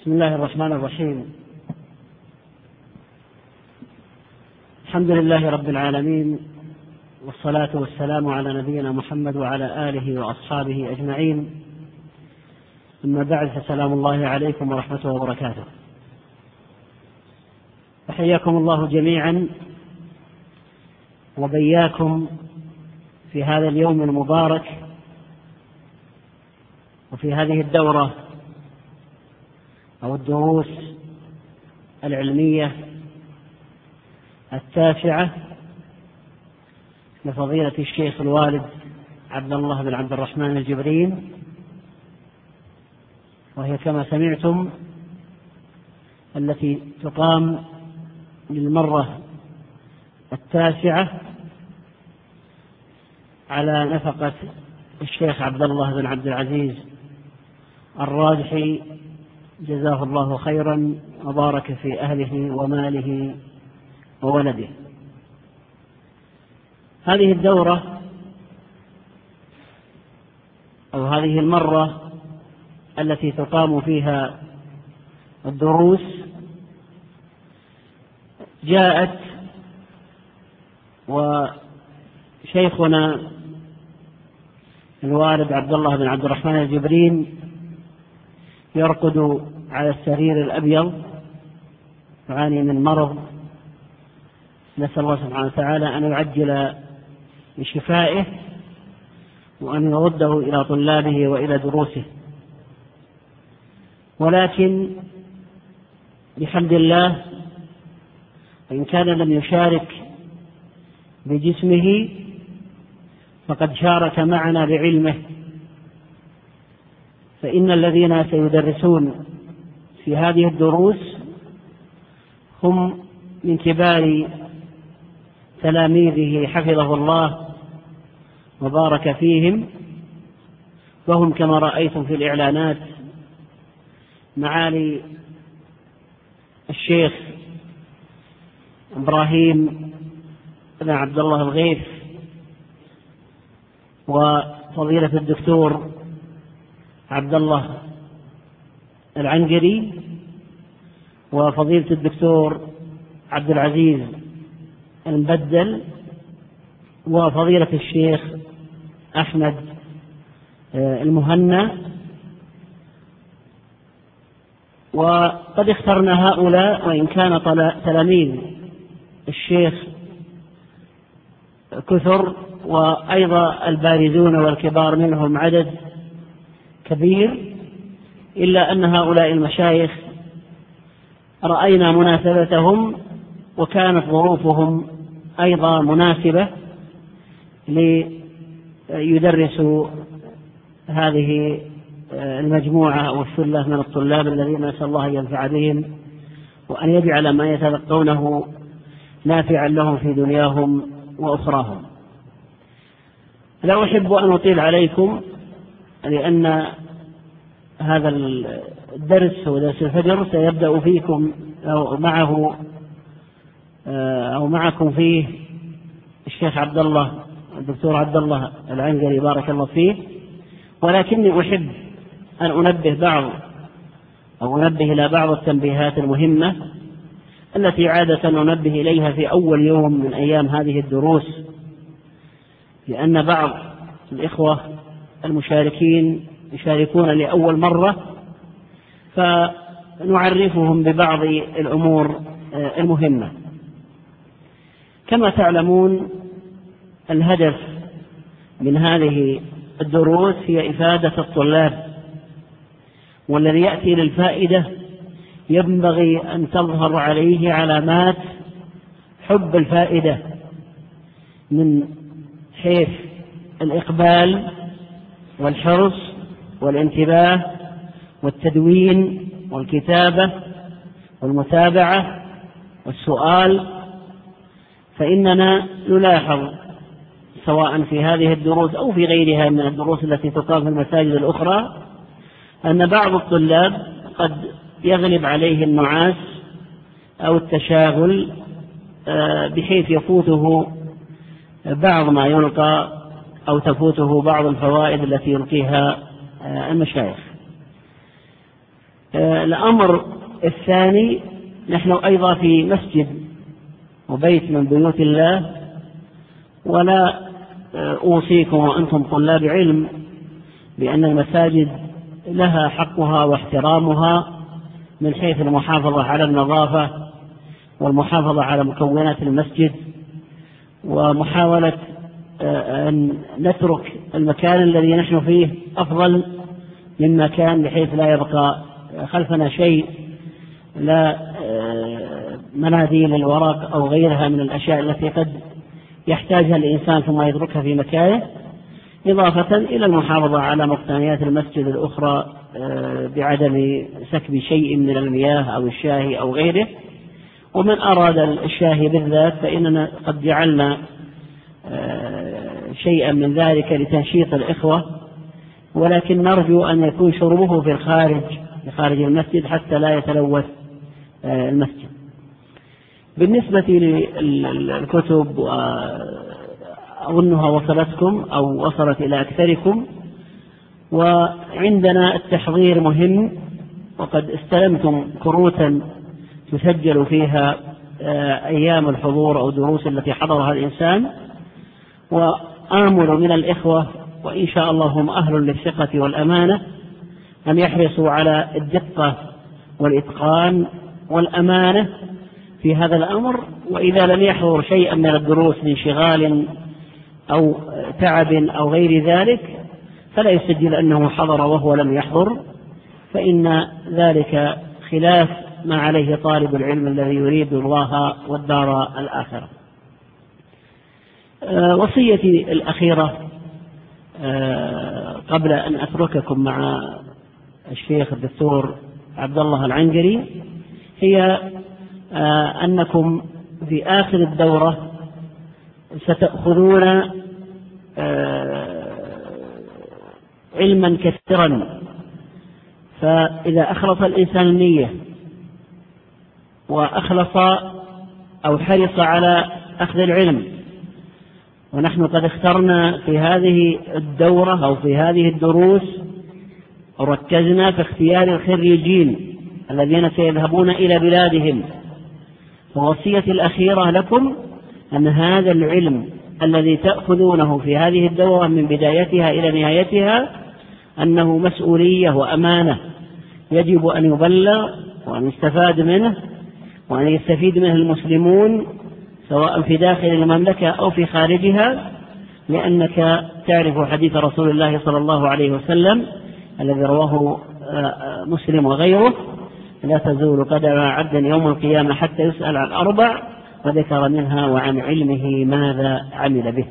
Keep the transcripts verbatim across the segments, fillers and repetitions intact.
بسم الله الرحمن الرحيم. الحمد لله رب العالمين، والصلاة والسلام على نبينا محمد وعلى آله وأصحابه أجمعين. أما بعد، فسلام الله عليكم ورحمته وبركاته. تحياكم الله جميعا وبياكم في هذا اليوم المبارك وفي هذه الدورة أو الدروس العلمية التاسعة لفضيلة الشيخ الوالد عبد الله بن عبد الرحمن الجبرين، وهي كما سمعتم التي تقام للمرة التاسعة على نفقة الشيخ عبد الله بن عبد العزيز الراجحي، جزاه الله خيرا وبارك في أهله وماله وولده. هذه الدورة أو هذه المرة التي تقام فيها الدروس جاءت وشيخنا الوالد عبد الله بن عبد الرحمن الجبرين يرقد على السرير الأبيض، يعاني من مرض، نسأل الله سبحانه وتعالى أن يعجل بشفائه وأن يرده إلى طلابه وإلى دروسه. ولكن بحمد الله، إن كان لم يشارك بجسمه فقد شارك معنا بعلمه، فإن الذين سيدرسون في هذه الدروس هم من كبار تلاميذه حفظه الله وبارك فيهم، وهم كما رأيتم في الإعلانات معالي الشيخ إبراهيم بن عبد الله الغيث، وفضيلة الدكتور عبد الله العنقري، وفضيلة الدكتور عبد العزيز المبدل، وفضيلة الشيخ أحمد المهنا. وقد اخترنا هؤلاء وإن كان تلاميذ الشيخ كثر، وأيضا البارزون والكبار منهم عدد كبير، إلا أن هؤلاء المشايخ رأينا مناسبتهم وكانت ظروفهم أيضا مناسبة ليدرسوا هذه المجموعة أو الثلة من الطلاب الذين نسأل الله أن ينفع بهم وأن يجعل ما يتلقونه نافعا لهم في دنياهم وأخراهم. لا أحب أن أطيل عليكم، لأن هذا الدرس هو درس الفجر، سيبدأ فيكم أو معه أو معكم فيه الشيخ عبد الله الدكتور عبد الله العنقري بارك الله فيه. ولكني أحب أن أنبه بعض أو أنبه إلى بعض التنبيهات المهمة التي عادة ننبه إليها في أول يوم من أيام هذه الدروس، لأن بعض الإخوة المشاركين يشاركون لأول مرة، فنعرفهم ببعض الأمور المهمة. كما تعلمون، الهدف من هذه الدروس هي إفادة الطلاب، والذي يأتي للفائدة ينبغي أن تظهر عليه علامات حب الفائدة، من حيث الإقبال والحرص والانتباه والتدوين والكتابة والمتابعة والسؤال. فإننا نلاحظ سواء في هذه الدروس أو في غيرها من الدروس التي تقام في المساجد الأخرى أن بعض الطلاب قد يغلب عليه النعاس أو التشاغل بحيث يفوته بعض ما يلقى أو تفوته بعض الفوائد التي يلقيها المشايخ. الأمر الثاني، نحن أيضا في مسجد وبيت من بيوت الله، ولا أوصيكم وأنتم طلاب علم بأن المساجد لها حقها واحترامها من حيث المحافظة على النظافة والمحافظة على مكونات المسجد، ومحاولة أن نترك المكان الذي نحن فيه أفضل من مكان بحيث لا يبقى خلفنا شيء، لا مناديل الورق أو غيرها من الأشياء التي قد يحتاجها الإنسان ثم يتركها في مكانه، إضافة إلى المحافظة على مقتنيات المسجد الأخرى بعدم سكب شيء من المياه أو الشاي أو غيره. ومن أراد الشاي بالذات فإننا قد جعلنا شيئا من ذلك لتنشيط الإخوة، ولكن نرجو أن يكون شربه في الخارج في خارج المسجد حتى لا يتلوث المسجد. بالنسبة للكتب أظنها وصلتكم أو وصلت إلى أكثركم، وعندنا التحضير مهم، وقد استلمتم كروتا تسجل فيها أيام الحضور أو دروس التي حضرها الإنسان، وآمل من الإخوة وإن شاء الله هم أهل للثقة والأمانة أن يحرصوا على الدقة والإتقان والأمانة في هذا الأمر، وإذا لم يحضر شيئا من الدروس لانشغال أو تعب أو غير ذلك فلا يسجل أنه حضر وهو لم يحضر، فإن ذلك خلاف ما عليه طالب العلم الذي يريد الله والدار الآخرة. وصيتي الأخيرة قبل أن أترككم مع الشيخ الدكتور عبد الله العنقري هي أنكم في آخر الدورة ستأخذون علما كثيرا، فإذا أخلص الإنسان النية وأخلص أو حرص على أخذ العلم، ونحن قد اخترنا في هذه الدورة أو في هذه الدروس وركزنا في اختيار الخريجين الذين سيذهبون إلى بلادهم، ووصيتي الأخيرة لكم أن هذا العلم الذي تأخذونه في هذه الدورة من بدايتها إلى نهايتها أنه مسؤولية وأمانة يجب أن يبلغ وأن يستفاد منه وأن يستفيد منه المسلمون سواء في داخل المملكة أو في خارجها، لأنك تعرف حديث رسول الله صلى الله عليه وسلم الذي رواه مسلم وغيره: لا تزول قدم عبد يوم القيامة حتى يسأل عن أربع، وذكر منها وعن علمه ماذا عمل به.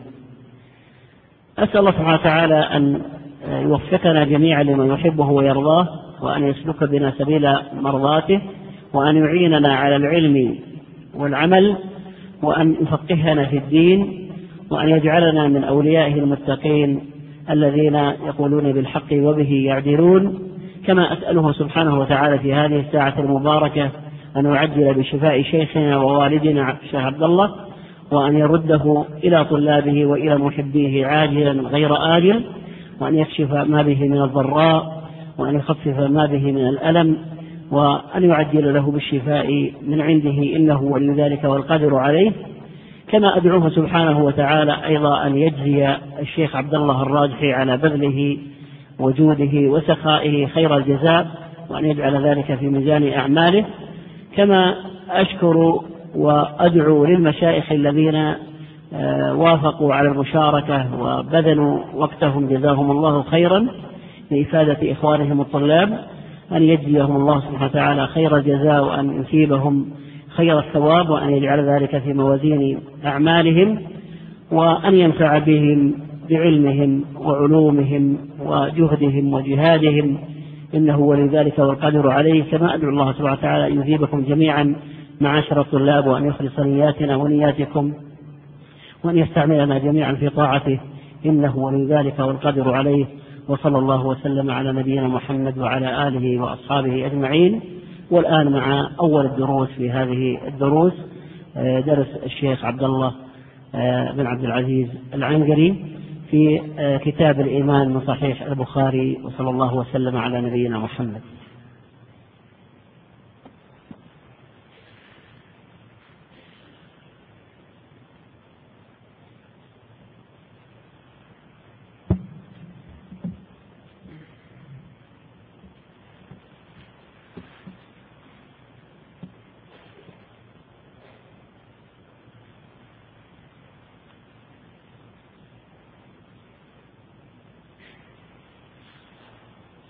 أسأل الله سبحانه وتعالى أن يوفقنا جميعا لما يحبه ويرضاه، وأن يسلك بنا سبيل مرضاته، وأن يعيننا على العلم والعمل، وأن يفقهنا في الدين، وأن يجعلنا من أوليائه المتقين الذين يقولون بالحق وبه يعدلون. كما أسأله سبحانه وتعالى في هذه الساعة المباركة أن يعجل بشفاء شيخنا ووالدنا الشيخ عبد الله، وأن يرده إلى طلابه وإلى محبيه عاجلا غير آجل، وأن يكشف ما به من الضراء، وأن يخفف ما به من الألم، وأن يعجل له بالشفاء من عنده إنه ولي ذلك والقادر عليه. كما أدعوه سبحانه وتعالى أيضا أن يجزي الشيخ عبد الله الراجحي على بذله وجوده وسخائه خير الجزاء، وأن يجعل ذلك في ميزان أعماله. كما أشكر وأدعو للمشايخ الذين وافقوا على المشاركة وبذلوا وقتهم جزاهم الله خيرا لإفادة إخوانهم الطلاب، أن يجزيهم الله سبحانه وتعالى خير الجزاء، وأن يثيبهم خير الثواب، وأن يجعل ذلك في موازين أعمالهم، وأن ينفع بهم بعلمهم وعلومهم وجهدهم وجهادهم إنه ولي ذلك والقادر عليه. كما أدعو الله سبحانه وتعالى أن يثيبكم جميعا معاشر الطلاب، وأن يخلص نياتنا ونياتكم، وأن يستعملنا جميعا في طاعته إنه ولي ذلك والقادر عليه. وصلى الله وسلم على نبينا محمد وعلى آله وأصحابه أجمعين. والآن مع أول الدروس في هذه الدروس درس الشيخ عبد الله بن عبد العزيز العنقري في كتاب الإيمان من صحيح البخاري، وصلى الله وسلم على نبينا محمد.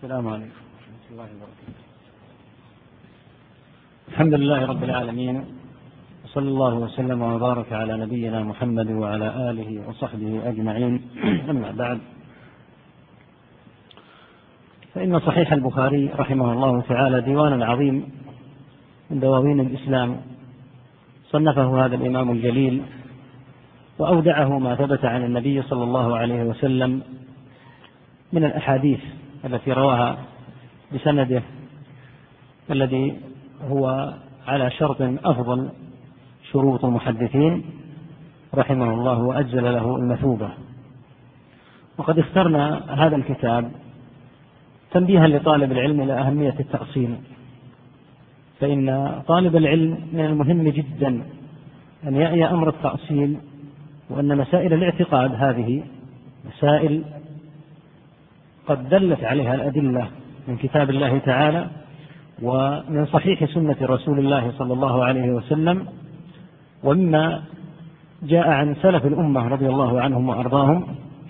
السلام عليكم ورحمة الله وبركاته. الحمد لله رب العالمين، وصلى الله وسلم وبارك على نبينا محمد وعلى آله وصحبه أجمعين. أما بعد، فإن صحيح البخاري رحمه الله تعالى ديوان عظيم من دواوين الإسلام، صنفه هذا الإمام الجليل وأودعه ما ثبت عن النبي صلى الله عليه وسلم من الأحاديث التي رواها بسنده الذي هو على شرط أفضل شروط المحدثين رحمه الله وأجزل له المثوبة. وقد اخترنا هذا الكتاب تنبيها لطالب العلم إلى أهمية التأصيل، فإن طالب العلم من المهم جدا أن يعي أمر التأصيل، وأن مسائل الاعتقاد هذه مسائل قد دلت عليها الأدلة من كتاب الله تعالى ومن صحيح سنة رسول الله صلى الله عليه وسلم، ومما جاء عن سلف الأمة رضي الله عنهم وأرضاهم.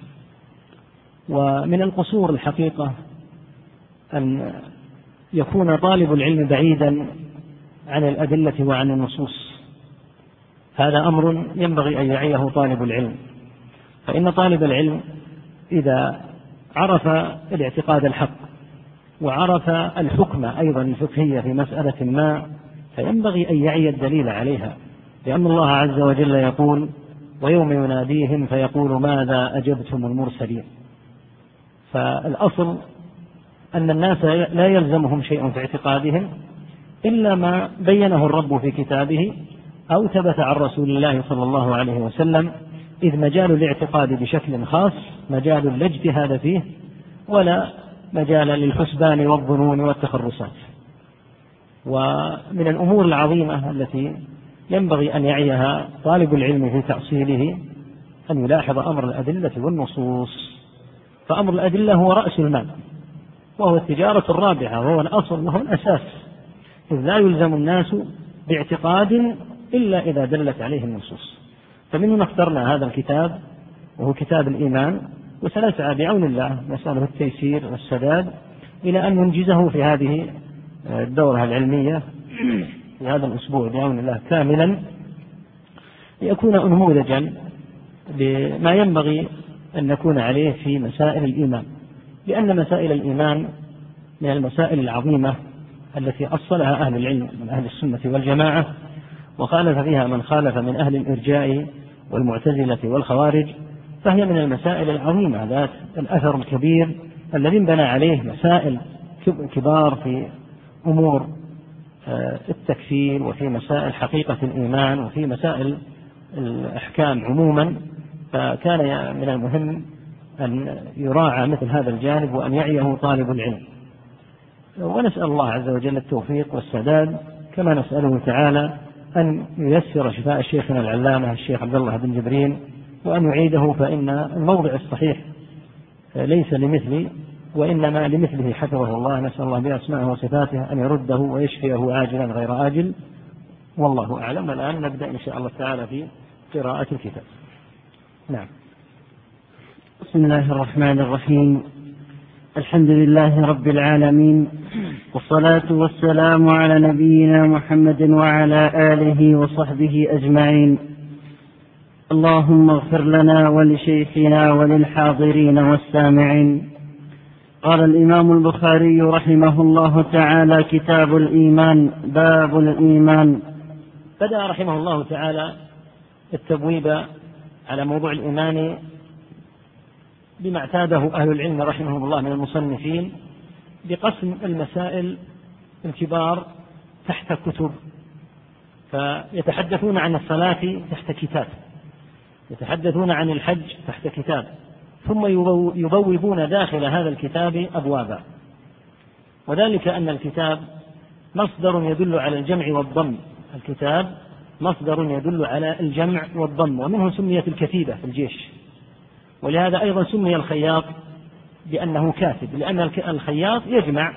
ومن القصور الحقيقة أن يكون طالب العلم بعيدا عن الأدلة وعن النصوص، هذا أمر ينبغي أن يعيه طالب العلم، فإن طالب العلم إذا عرف الاعتقاد الحق وعرف الحكم أيضا الفقهية في مسألة ما، فينبغي أن يعي الدليل عليها، لأن الله عز وجل يقول: ويوم يناديهم فيقول ماذا أجبتم المرسلين. فالأصل أن الناس لا يلزمهم شيء في اعتقادهم إلا ما بينه الرب في كتابه أو ثبت عن رسول الله صلى الله عليه وسلم، إذ مجال الاعتقاد بشكل خاص مجال لا اجتهاد فيه ولا مجال للحسبان والظنون والتخرصات. ومن الأمور العظيمة التي ينبغي أن يعيها طالب العلم في تأصيله أن يلاحظ أمر الأدلة والنصوص، فأمر الأدلة هو رأس المال، وهو التجارة الرابحة، وهو الأصل وهو الأساس، إذ لا يلزم الناس باعتقاد إلا إذا دلت عليه النصوص. فمن هنا اخترنا هذا الكتاب وهو كتاب الإيمان، وسنسعى بعون الله نسأله التيسير والسداد إلى أن ننجزه في هذه الدورة العلمية في هذا الأسبوع بعون الله كاملا، ليكون نموذجا بما ينبغي أن نكون عليه في مسائل الإيمان، لأن مسائل الإيمان من المسائل العظيمة التي أصلها أهل العلم من أهل السنة والجماعة، وخالف فيها من خالف من أهل الإرجاء والمعتزلة والخوارج، فهي من المسائل العظيمة ذات الأثر الكبير الذي بنى عليه مسائل كبار في أمور التكفير وفي مسائل حقيقة الإيمان وفي مسائل الأحكام عموما. فكان من المهم أن يراعى مثل هذا الجانب وأن يعيه طالب العلم، ونسأل الله عز وجل التوفيق والسداد، كما نسأله تعالى أن ييسر شفاء شيخنا العلامة الشيخ عبد الله بن جبرين وأن يعيده، فإن الموضع الصحيح ليس لمثلي وإنما لمثله حفظه الله. نسأل الله بأسمائه وصفاته أن يرده ويشفيه عاجلا غير آجل، والله أعلم. الآن نبدأ إن شاء الله تعالى في قراءة الكتاب. نعم. بسم الله الرحمن الرحيم. الحمد لله رب العالمين، والصلاة والسلام على نبينا محمد وعلى آله وصحبه أجمعين. اللهم اغفر لنا ولشيخنا وللحاضرين والسامعين. قال الإمام البخاري رحمه الله تعالى: كتاب الإيمان، باب الإيمان. بدأ رحمه الله تعالى التبويب على موضوع الإيمان بما اعتاده أهل العلم رحمهم الله من المصنفين، بقسم المسائل الكبار تحت كتب، فيتحدثون عن الصلاة تحت كتاب، يتحدثون عن الحج تحت كتاب، ثم يبوبون داخل هذا الكتاب أبوابا، وذلك أن الكتاب مصدر يدل على الجمع والضم، الكتاب مصدر يدل على الجمع والضم، ومنه سميت الكتيبة في الجيش، ولهذا أيضا سمي الخياط بأنه كاتب، لأن الخياط يجمع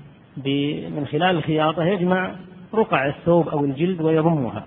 من خلال الخياطة يجمع رقع الثوب أو الجلد ويضمها،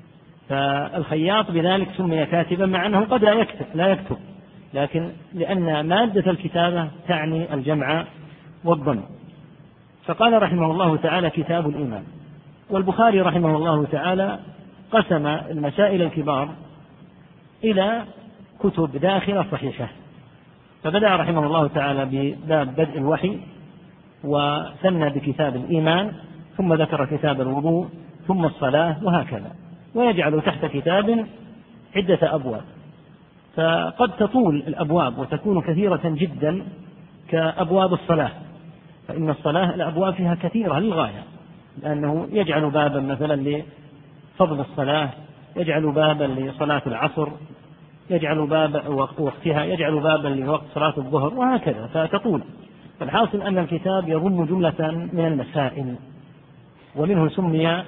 فالخياط بذلك سمي كاتبا، مع أنه قد لا يكتب لا يكتب لكن لأن مادة الكتابة تعني الجمع والضم. فقال رحمه الله تعالى كتاب الإيمان. والبخاري رحمه الله تعالى قسم المسائل الكبار إلى كتب داخلة صحيحة، فبدأ رحمه الله تعالى بباب بدء الوحي، وثنى بكتاب الإيمان، ثم ذكر كتاب الوضوء، ثم الصلاة، وهكذا، ويجعل تحت كتاب عدة أبواب. فقد تطول الأبواب وتكون كثيرة جدا كأبواب الصلاة، فإن الصلاة الأبواب فيها كثيرة للغاية، لأنه يجعل بابا مثلا لفضل الصلاة، يجعل بابا لصلاة العصر، يجعل باب وقتها، يجعل بابا لوقت صلاة الظهر، وهكذا، فتطول. فالحاصل أن الكتاب يضم جملة من المسائل، ومنه سمي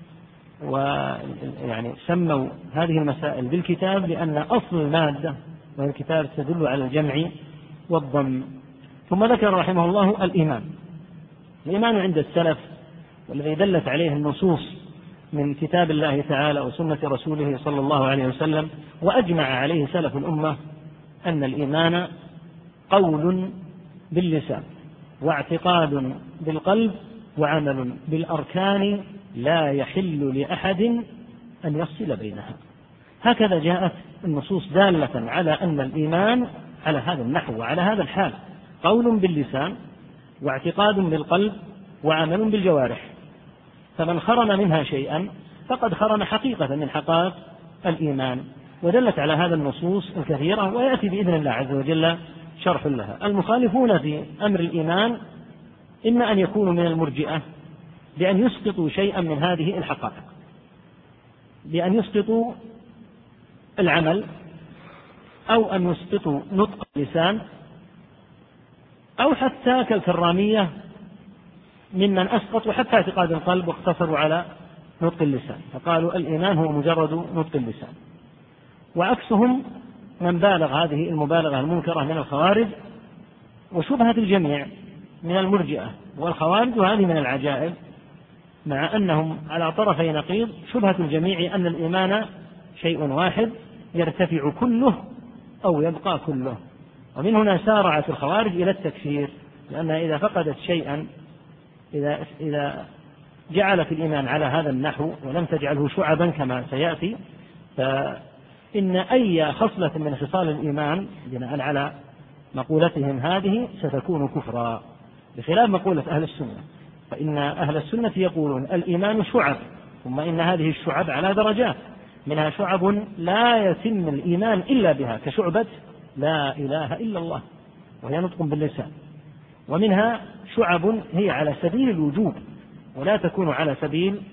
ويعني سموا هذه المسائل بالكتاب لأن أصل المادة من الكتاب تدل على الجمع والضم. ثم ذكر رحمه الله الإيمان. الإيمان عند السلف والذي دلت عليه النصوص من كتاب الله تعالى وسنة رسوله صلى الله عليه وسلم، وأجمع عليه سلف الأمة، أن الإيمان قول باللسان، واعتقاد بالقلب، وعمل بالأركان، لا يحل لأحد أن يفصل بينها. هكذا جاءت النصوص دالة على أن الإيمان على هذا النحو وعلى هذا الحال، قول باللسان، واعتقاد بالقلب، وعمل بالجوارح. فمن خرم منها شيئا فقد خرم حقيقة من حقائق الإيمان، ودلت على هذا النصوص الكثيرة، ويأتي بإذن الله عز وجل شرح لها. المخالفون في أمر الإيمان إما أن يكونوا من المرجئة بأن يسقطوا شيئا من هذه الحقائق، بأن يسقطوا العمل، أو أن يسقطوا نطق اللسان، أو حتى كالكرامية ممن أسقطوا حتى اعتقاد القلب واقتصروا على نطق اللسان، فقالوا الإيمان هو مجرد نطق اللسان. وعكسهم من بالغ هذه المبالغة المنكرة من الخوارج، وشبهة الجميع من المرجئة والخوارج، وهذه من العجائب، مع أنهم على طرفي نقيض. شبهة الجميع أن الإيمان شيء واحد يرتفع كله أو يبقى كله، ومن هنا سارعت الخوارج إلى التكفير، لأنها إذا فقدت شيئا، إذا, إذا جعلت الإيمان على هذا النحو ولم تجعله شعبا كما سيأتي، فإن أي خصلة من خصال الإيمان بناء على مقولتهم هذه ستكون كفرا، بخلاف مقولة أهل السنة. فإن أهل السنة يقولون الإيمان شعب، ثم إن هذه الشعب على درجات، منها شعب لا يتم الإيمان إلا بها، كشعبة لا إله إلا الله وهي نطق باللسان، ومنها شعب هي على سبيل الوجوب ولا تكون على سبيل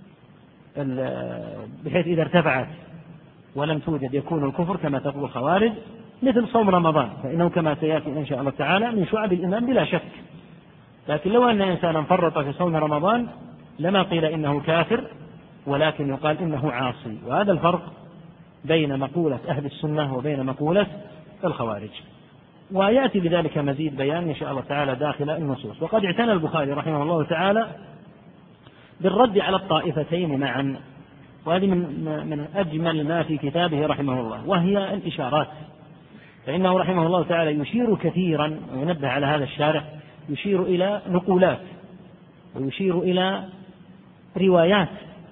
بحيث إذا ارتفعت ولم توجد يكون الكفر كما تقول الخوارج، مثل صوم رمضان، فإنه كما سيأتي إن شاء الله تعالى من شعب الإيمان بلا شك. لكن لو أن إنسانا فرط في صوم رمضان لما قيل إنه كافر، ولكن يقال إنه عاصي. وهذا الفرق بين مقولة أهل السنة وبين مقولة الخوارج، ويأتي بذلك مزيد بيان إن شاء الله تعالى داخل النصوص. وقد اعتنى البخاري رحمه الله تعالى بالرد على الطائفتين معا، وهذه من, من أجمل ما في كتابه رحمه الله، وهي الإشارات. فإنه رحمه الله تعالى يشير كثيرا، وينبه على هذا الشارح، يشير إلى نقولات ويشير إلى روايات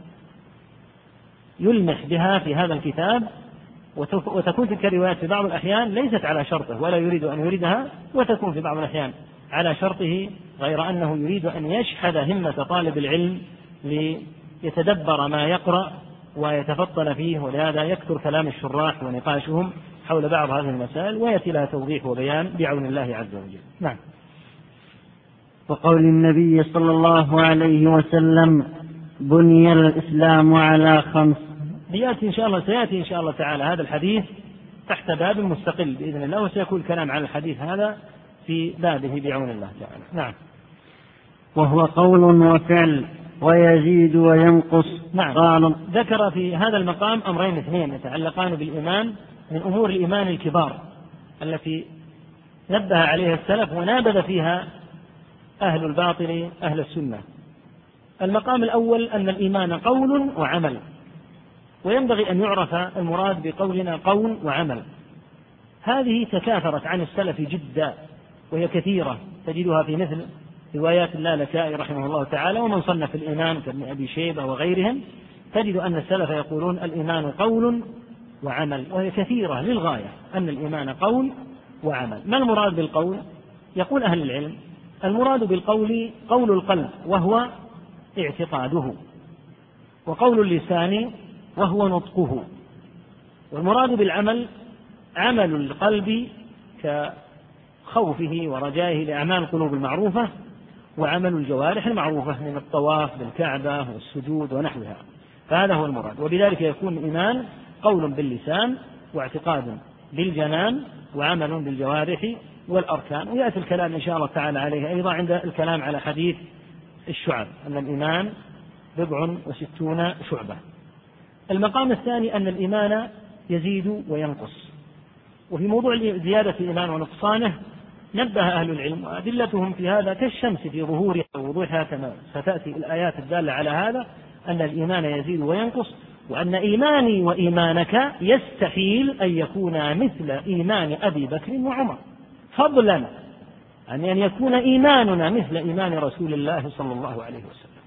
يلمح بها في هذا الكتاب، وتكون تلك الروايات في بعض الأحيان ليست على شرطه ولا يريد أن يريدها، وتكون في بعض الأحيان على شرطه، غير أنه يريد أن يشحذ همة طالب العلم ليتدبر ما يقرأ ويتفطن فيه، ولهذا يكثر كلام الشراح ونقاشهم حول بعض هذه المسائل، ويأتي لها توضيح وبيان بعون الله عز وجل. نعم. وقول النبي صلى الله عليه وسلم بني الإسلام على خمس. يأتي إن شاء الله سيأتي إن شاء الله تعالى هذا الحديث تحت باب مستقل بإذن الله، وسيكون الكلام على الحديث هذا في بابه بعون الله تعالى. نعم. وهو قول وفعل ويزيد وينقص. نعم. قال ذكر في هذا المقام أمرين اثنين يتعلقان بالإيمان من أمور الإيمان الكبار التي نبه عليها السلف ونابذ فيها أهل الباطل أهل السنة. المقام الأول أن الإيمان قول وعمل، وينبغي أن يعرف المراد بقولنا قول وعمل. هذه تكاثرت عن السلف جدا، وهي كثيرة تجدها في مثل روايات اللالكائي رحمه الله تعالى ومن صنف الإيمان كابن أبي شيبة وغيرهم، تجد أن السلف يقولون الإيمان قول وعمل، وهي كثيرة للغاية أن الإيمان قول وعمل. ما المراد بالقول؟ يقول أهل العلم المراد بالقول قول القلب وهو اعتقاده، وقول اللسان وهو نطقه، والمراد بالعمل عمل القلب كخوفه ورجائه لأعمال القلوب المعروفة، وعمل الجوارح المعروفة من الطواف بالكعبة والسجود ونحوها، فهذا هو المراد. وبذلك يكون الإيمان قول باللسان واعتقاد بالجنان وعمل بالجوارح والأركان. ويأتي الكلام إن شاء الله تعالى عليه أيضا عند الكلام على حديث الشعب أن الإيمان بضع وستون شعبة. المقام الثاني أن الإيمان يزيد وينقص. وفي موضوع زيادة الإيمان ونقصانه نبه أهل العلم وأدلتهم في هذا كالشمس في ظهورها ووضوحها كما ستأتي الآيات الدالة على هذا، أن الإيمان يزيد وينقص، وأن إيماني وإيمانك يستحيل أن يكون مثل إيمان أبي بكر وعمر، فضلا عن أن يكون إيماننا مثل إيمان رسول الله صلى الله عليه وسلم.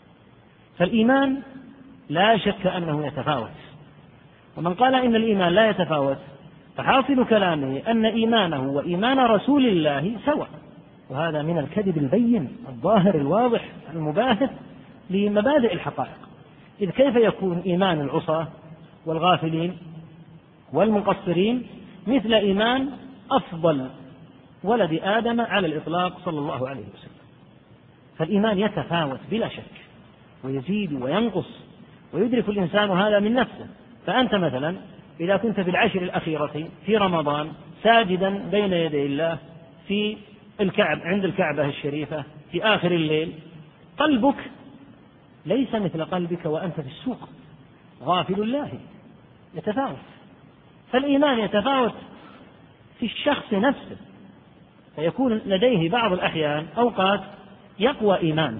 فالإيمان لا شك أنه يتفاوت، ومن قال إن الإيمان لا يتفاوت فحاصل كلامه أن إيمانه وإيمان رسول الله سواء، وهذا من الكذب البين الظاهر الواضح المباهت لمبادئ الحقائق. إذ كيف يكون إيمان العصاة والغافلين والمقصرين مثل إيمان أفضل ولد آدم على الإطلاق صلى الله عليه وسلم؟ فالإيمان يتفاوت بلا شك ويزيد وينقص، ويدرك الإنسان هذا من نفسه. فأنت مثلا إذا كنت في العشر الأخيرة في رمضان ساجدا بين يدي الله في الكعب عند الكعبة الشريفة في آخر الليل، قلبك ليس مثل قلبك وأنت في السوق غافل الله، يتفاوت. فالإيمان يتفاوت في الشخص نفسه، فيكون لديه بعض الأحيان أوقات يقوى إيمان،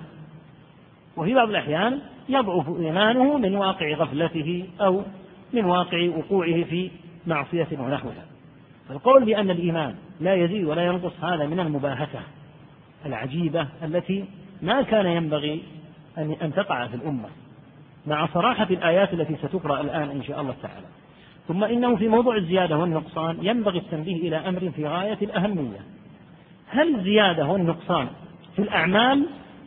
وفي بعض الأحيان يضعف إيمانه من واقع غفلته أو من واقع وقوعه في معصية ونحوها. فالقول بأن الإيمان لا يزيد ولا ينقص هذا من المباهتة العجيبة التي ما كان ينبغي أن تقع في الأمة، مع صراحة الآيات التي ستقرأ الآن إن شاء الله تعالى. ثم إنه في موضوع الزيادة والنقصان ينبغي التنبيه إلى أمر في غاية الأهمية: هل الزيادة والنقصان في الأعمال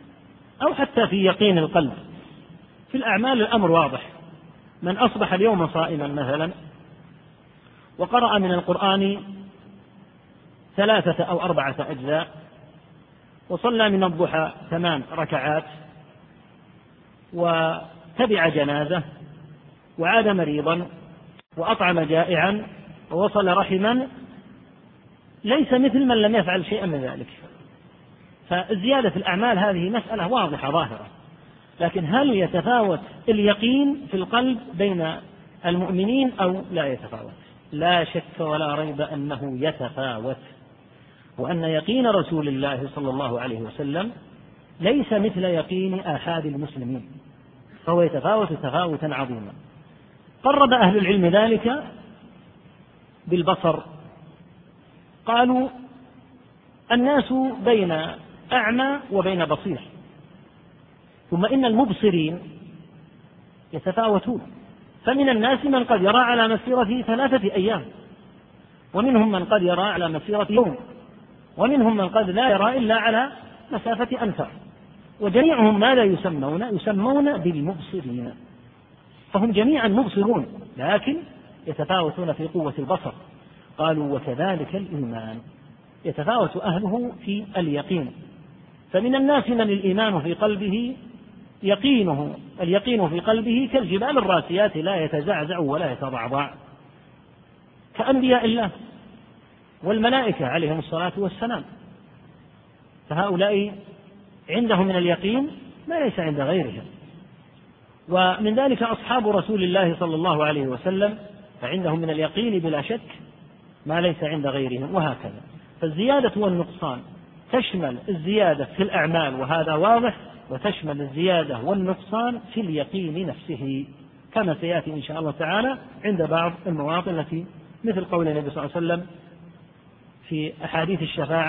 أو حتى في يقين القلب؟ في الأعمال الأمر واضح. من أصبح اليوم صائما مثلا وقرأ من القرآن ثلاثة أو أربعة أجزاء وصلى من الضحى ثمان ركعات وتبع جنازة وعاد مريضا وأطعم جائعا ووصل رحما، ليس مثل من لم يفعل شيئا من ذلك. فزيادة الأعمال هذه مسألة واضحة ظاهرة، لكن هل يتفاوت اليقين في القلب بين المؤمنين أو لا يتفاوت؟ لا شك ولا ريب أنه يتفاوت، وأن يقين رسول الله صلى الله عليه وسلم ليس مثل يقين آحاد المسلمين، فهو يتفاوت تفاوتا عظيما. قرب أهل العلم ذلك بالبصر، قالوا الناس بين أعمى وبين بصير، ثم إن المبصرين يتفاوتون، فمن الناس من قد يرى على مسيرة ثلاثة أيام، ومنهم من قد يرى على مسيرة يوم، ومنهم من قد لا يرى إلا على مسافة أمتار، وجميعهم ماذا يسمون؟ يسمون بالمبصرين، فهم جميعا مبصرون لكن يتفاوتون في قوة البصر. قالوا وكذلك الإيمان يتفاوت أهله في اليقين، فمن الناس من الإيمان في قلبه يقينه اليقين في قلبه كالجبال الراسيات لا يتزعزع ولا يتضعضع، كأنبياء الله والملائكة عليهم الصلاة والسلام، فهؤلاء عندهم من اليقين ما ليس عند غيرهم. ومن ذلك أصحاب رسول الله صلى الله عليه وسلم، فعندهم من اليقين بلا شك ما ليس عند غيرهم، وهكذا. فالزيادة والنقصان تشمل الزيادة في الأعمال وهذا واضح، وتشمل الزيادة والنقصان في اليقين نفسه، كما سيأتي إن شاء الله تعالى عند بعض المواطن التي مثل قول النبي صلى الله عليه وسلم في أحاديث الشفاعة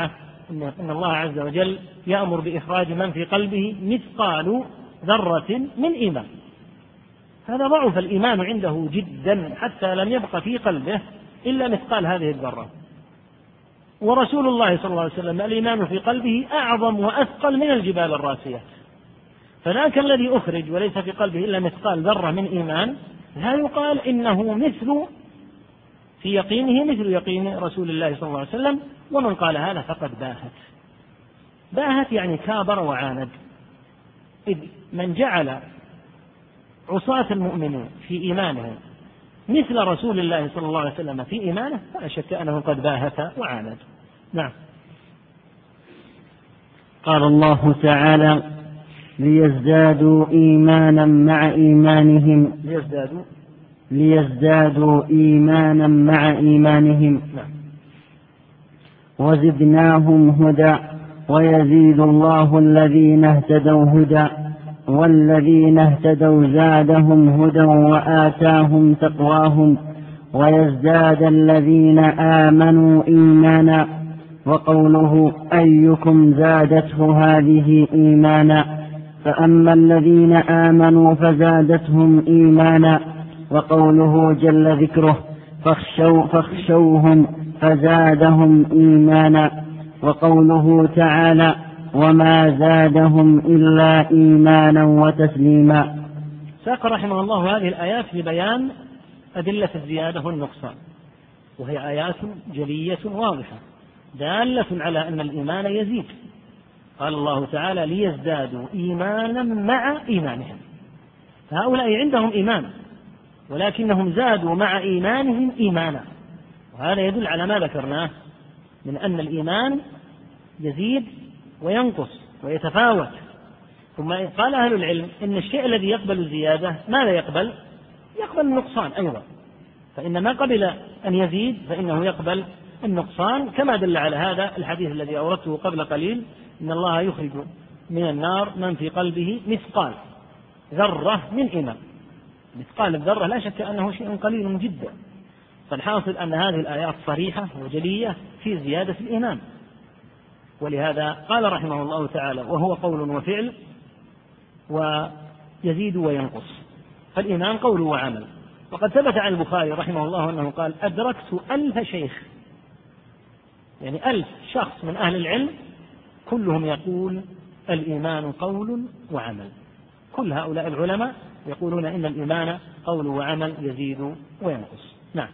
إن الله عز وجل يأمر بإخراج من في قلبه مثقال ذرة من إيمان. هذا ضعف الإيمان عنده جدا حتى لم يبق في قلبه إلا مثقال هذه الذرة. ورسول الله صلى الله عليه وسلم الإيمان في قلبه أعظم وأثقل من الجبال الراسية. فذاك الذي أخرج وليس في قلبه إلا مثقال ذرة من إيمان لا يقال إنه مثل في يقينه مثل يقين رسول الله صلى الله عليه وسلم. ومن قال هذا فقد باهت. باهت يعني كابر وعاند. إذ من جعل عصاة المؤمنين في إيمانهم مثل رسول الله صلى الله عليه وسلم في إيمانه فلا شك أنه قد باهت وعاند. نعم. قال الله تعالى: ليزدادوا إيمانا مع إيمانهم ليزدادوا ليزدادوا إيمانا مع إيمانهم نعم. وزدناهم هدى ويزيد الله الذين اهتدوا هدى والذين اهتدوا زادهم هدى وآتاهم تقواهم ويزداد الذين آمنوا إيمانا. وقوله: أيكم زادته هذه إيمانا. فأما الذين آمنوا فزادتهم إيمانا. وقوله جل ذكره: فاخشوا فاخشوهم فزادهم إيمانا. وقوله تعالى: وما زادهم إلا إيمانا وتسليما. ساق رحمه الله هذه الآيات لبيان أدلة الزيادة والنقصان، وهي آيات جلية واضحة دالة على أن الإيمان يزيد. قال الله تعالى: ليزدادوا إيمانا مع إيمانهم. فهؤلاء عندهم إيمان ولكنهم زادوا مع إيمانهم إيمانا، وهذا يدل على ما ذكرناه من أن الإيمان يزيد وينقص ويتفاوت. ثم قال أهل العلم إن الشيء الذي يقبل الزيادة ماذا يقبل؟ يقبل النقصان أيضا. فإن ما قبل أن يزيد فإنه يقبل النقصان، كما دل على هذا الحديث الذي أوردته قبل قليل: إن الله يخرج من النار من في قلبه مثقال ذرة من إيمان. مثقال الذرة لا شك أنه شيء قليل جدا. فالحاصل أن هذه الآيات صريحة وجلية في زيادة الإيمان. ولهذا قال رحمه الله تعالى: وهو قول وفعل ويزيد وينقص. فالإيمان قول وعمل. وقد ثبت عن البخاري رحمه الله أنه قال: أدركت ألف شيخ، يعني ألف شخص من أهل العلم كلهم يقول الإيمان قول وعمل. كل هؤلاء العلماء يقولون إن الإيمان قول وعمل يزيد وينقص. نعم.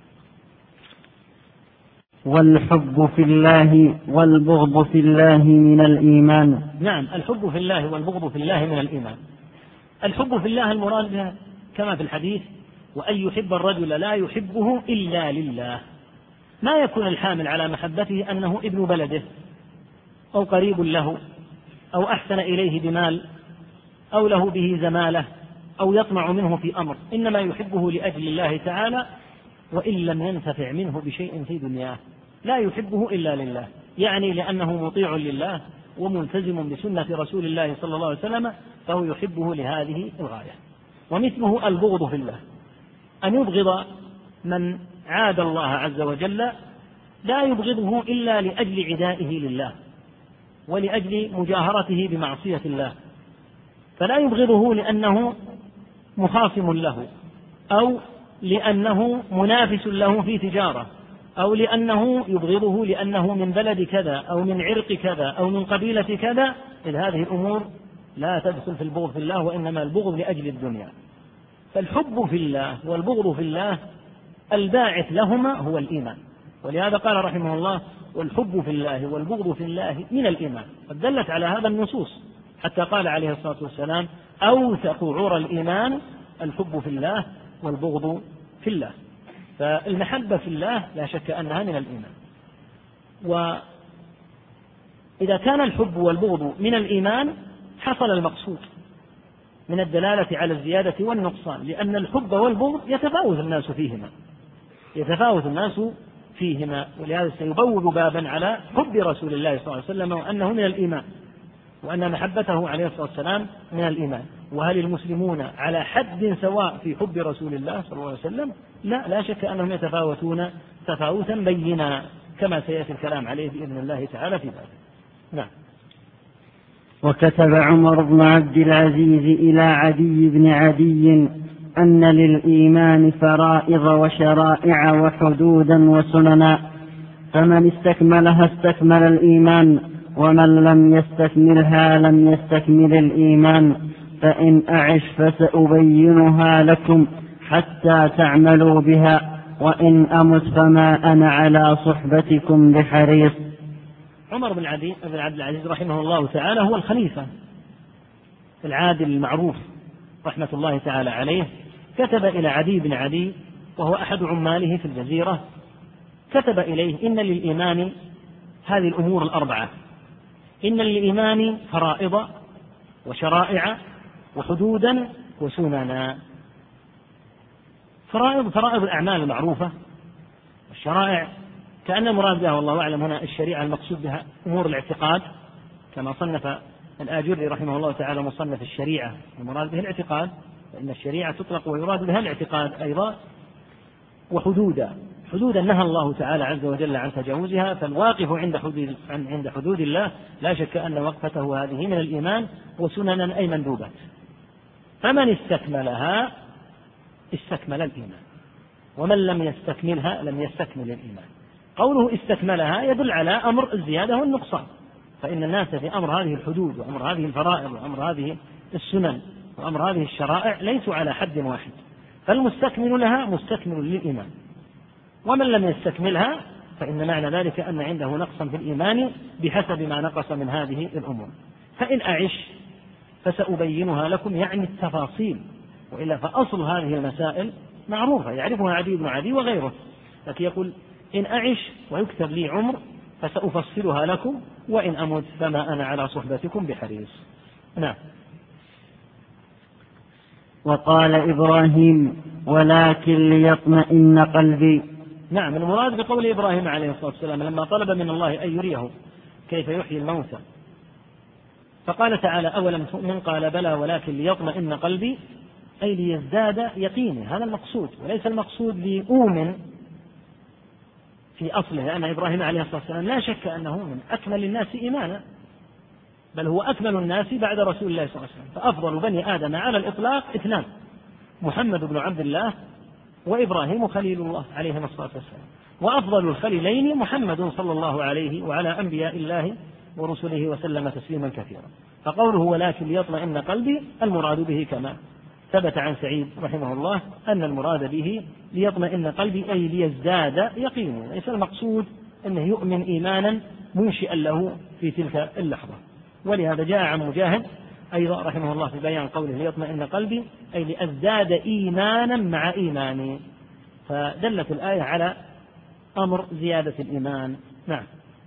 والحب في الله والبغض في الله من الإيمان. نعم، الحب في الله والبغض في الله من الإيمان. الحب في الله المراد بها كما في الحديث: وأن يحب الرجل لا يحبه إلا لله. ما يكون الحامل على محبته أنه ابن بلده أو قريب له أو أحسن إليه بمال أو له به زمالة أو يطمع منه في أمر، إنما يحبه لأجل الله تعالى، وإن لم ينتفع منه بشيء في دنياه لا يحبه إلا لله، يعني لأنه مطيع لله وملتزم بسنة رسول الله صلى الله عليه وسلم، فهو يحبه لهذه الغاية. ومثله البغض في الله، أن يبغض من عاد الله عز وجل لا يبغضه إلا لأجل عدائه لله ولأجل مجاهرته بمعصية الله، فلا يبغضه لأنه مخاصم له أو لأنه منافس له في تجارة أو لأنه يبغضه لأنه من بلد كذا أو من عرق كذا أو من قبيلة كذا، إذ هذه الأمور لا تدخل في البغض في الله، وإنما البغض لأجل الدنيا. فالحب في الله والبغض في الله الباعث لهما هو الإيمان. ولهذا قال رحمه الله: والحب في الله والبغض في الله من الإيمان. قد دلت على هذا النصوص، حتى قال عليه الصلاة والسلام: أوثق عرى الإيمان الحب في الله والبغض في الله. فالمحبة في الله لا شك أنها من الإيمان. وإذا كان الحب والبغض من الإيمان حصل المقصود من الدلالة على الزيادة والنقصان، لأن الحب والبغض يتفاوت الناس فيهما يتفاوت الناس فيهما ولهذا سيبوب بابا على حب رسول الله صلى الله عليه وسلم وأنه من الإيمان، وأن محبته عليه الصلاة والسلام من الإيمان. وهل المسلمون على حد سواء في حب رسول الله صلى الله عليه وسلم؟ لا لا شك أنهم يتفاوتون تفاوتا بينا. كما سيأتي الكلام عليه بإذن الله تعالى في ذلك. نعم. وكتب عمر بن عبد العزيز إلى عدي بن عدي أن للإيمان فرائض وشرائع وحدودا وسننا، فمن استكملها استكمل الإيمان، ومن لم يستكملها لم يستكمل الإيمان، فإن أعش فسأبينها لكم حتى تعملوا بها، وإن أمت فما أنا على صحبتكم بحريص. عمر بن عبد العزيز رحمه الله تعالى هو الخليفة العادل المعروف رحمة الله تعالى عليه، كتب إلى عدي بن عدي وهو أحد عماله في الجزيرة، كتب إليه: إن للإيمان هذه الأمور الأربعة، إن للإيمان فرائض وشرائع وحدودا وسننا. فرائض فرائض الأعمال المعروفة، والشرائع كأن المراد بها والله أعلم هنا الشريعة المقصود بها أمور الاعتقاد، كما صنف الآجري رحمه الله تعالى مصنف الشريعة المراد به الاعتقاد، فإن الشريعة تطلق ويراد بها الاعتقاد أيضا. وحدودا، حدودا نهى الله تعالى عز وجل عن تجاوزها، فالواقف عند حدود عند حدود الله لا شك أن وقفته هذه من الإيمان. وسننا أي مندوبات، فمن استكملها استكمل الإيمان، ومن لم يستكملها لم يستكمل الإيمان. قوله استكملها يدل على أمر الزيادة والنقصان، فإن الناس في أمر هذه الحدود وأمر هذه الفرائض وأمر هذه السنن وأمر هذه الشرائع ليسوا على حد واحد، فالمستكمل لها مستكمل للإيمان، ومن لم يستكملها فإن معنى ذلك أن عنده نقصا في الإيمان بحسب ما نقص من هذه الأمور. فإن أعش فسأبينها لكم، يعني التفاصيل، وإلا فأصل هذه المسائل معروفة يعرفها عدي بن عدي وغيره، لكن يقول: إن أعش ويكتب لي عمر فسأفصلها لكم، وإن أمت فما أنا على صحبتكم بحريص. نعم. وقال إبراهيم: ولكن ليطمئن قلبي. نعم، المراد بقول إبراهيم عليه الصلاة والسلام لما طلب من الله أن يريه كيف يحيي الموتى، فقال تعالى: أولم تؤمن؟ قال: بلى ولكن ليطمئن قلبي، أي ليزداد يقيني. هذا المقصود، وليس المقصود ليؤمن في أصله، لأن إبراهيم عليه الصلاة والسلام لا شك أنه من أكمل الناس إيمانا، بل هو أكمل الناس بعد رسول الله صلى الله عليه وسلم. فأفضل بني آدم على الإطلاق اثنان: محمد بن عبد الله وإبراهيم خليل الله عليهما الصلاة والسلام، وأفضل الخليلين محمد صلى الله عليه وعلى أنبياء الله ورسله وسلم تسليما كثيرا. فقوله ولكن ليطمئن قلبي المراد به كما ثبت عن سعيد رحمه الله أن المراد به ليطمئن قلبي أي ليزداد يقينه، ليس المقصود أنه يؤمن إيمانا منشئا له في تلك اللحظة. ولهذا جاء عن مجاهد أيضا رحمه الله في بيان قوله ليطمئن قلبي أي لأزداد إيمانا مع إيماني، فدلت الآية على أمر زيادة الإيمان. نعم.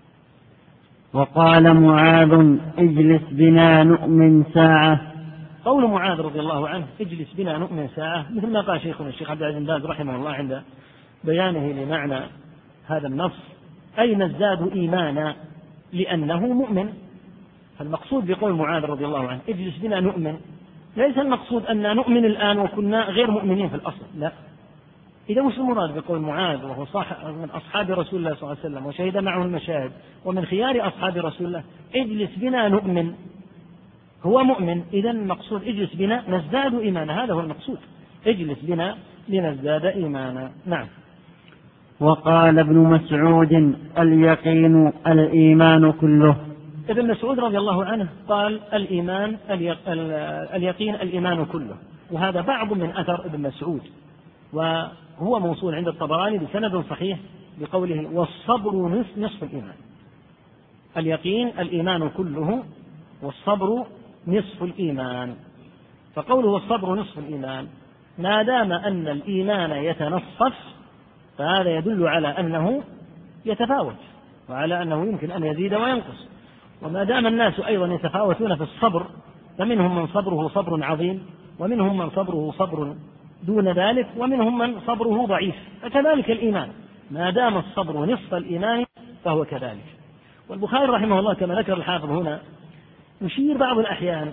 وقال معاذ: اجلس بنا نؤمن ساعة. قول معاذ رضي الله عنه: اجلس بنا نؤمن ساعة، مثل ما قال شيخنا الشيخ عبد العزيز بن باز رحمه الله عند بيانه لمعنى هذا النص، أي نزداد إيمانا لأنه مؤمن. فالمقصود بقول معاذ رضي الله عنه اجلس بنا نؤمن، ليس المقصود أن نؤمن الآن وكنا غير مؤمنين في الأصل، لا. إذا وش المراد بقول معاذ وهو صاحب من أصحاب رسول الله صلى الله عليه وسلم وشهد معه المشاهد ومن خيار أصحاب رسول الله، اجلس بنا نؤمن، هو مؤمن، إذا المقصود اجلس بنا نزداد إيمانا، هذا هو المقصود، اجلس بنا لنزداد إيمانا. نعم. وقال ابن مسعود: اليقين الإيمان كله. ابن مسعود رضي الله عنه قال: الإيمان اليقين الإيمان كله، وهذا بعض من أثر ابن مسعود، وهو موصول عند الطبراني بسند صحيح بقوله: والصبر نصف الإيمان. اليقين الإيمان كله، والصبر نصف الإيمان. فقوله والصبر نصف الإيمان، ما دام أن الإيمان يتنصف فهذا يدل على أنه يتفاوت، وعلى أنه يمكن أن يزيد وينقص. وما دام الناس أيضا يتفاوتون في الصبر، فمنهم من صبره صبر عظيم، ومنهم من صبره صبر دون ذلك، ومنهم من صبره ضعيف، فكذلك الإيمان، ما دام الصبر نصف الإيمان فهو كذلك. والبخاري رحمه الله كما ذكر الحافظ هنا يشير بعض الأحيان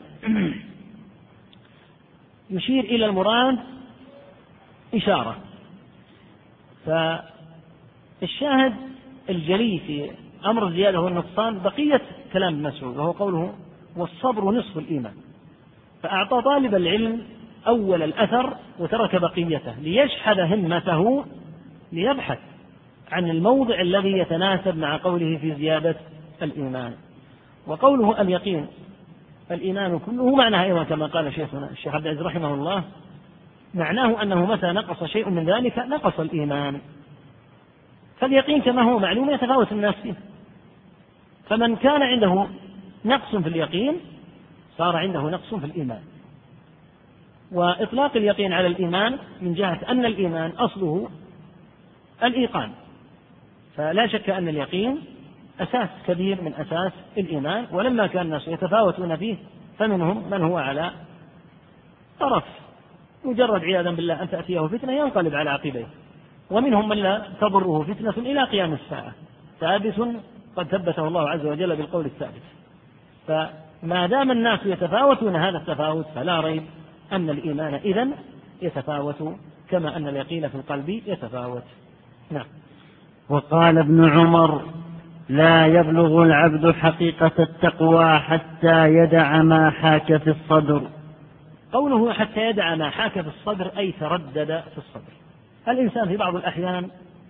يشير إلى المراد إشارة، فالشاهد الجلي في أمر الزيادة والنقصان بقية كلام ابن مسعود، وهو قوله والصبر نصف الإيمان، فأعطى طالب العلم أول الأثر وترك بقيته ليشحذ همته ليبحث عن الموضع الذي يتناسب مع قوله في زيادة الإيمان. وقوله اليقين الإيمان كله معناها أيضا كما قال شيخنا الشيخ عبد العزيز رحمه الله، معناه أنه متى نقص شيء من ذلك نقص الإيمان. فاليقين كما هو معلوم يتفاوت الناس فيه، فمن كان عنده نقص في اليقين صار عنده نقص في الإيمان. وإطلاق اليقين على الإيمان من جهة أن الإيمان أصله الإيقان، فلا شك أن اليقين أساس كبير من أساس الإيمان. ولما كان الناس يتفاوتون فيه فمنهم من هو على طرف مجرد عياذا بالله أن تأتيه فتنة ينقلب على عقبيه، ومنهم من لا تضره فتنة إلى قيام الساعة، ثابت قد ثبته الله عز وجل بالقول الثابت. فما دام الناس يتفاوتون هذا التفاوت فلا ريب أن الإيمان إذن يتفاوت كما أن اليقين في القلب يتفاوت. نعم. وقال ابن عمر لا يبلغ العبد حقيقة التقوى حتى يدع ما حاك في الصدر. قوله حتى يدع ما حاك في الصدر أي تردد في الصدر. الإنسان في بعض الأحيان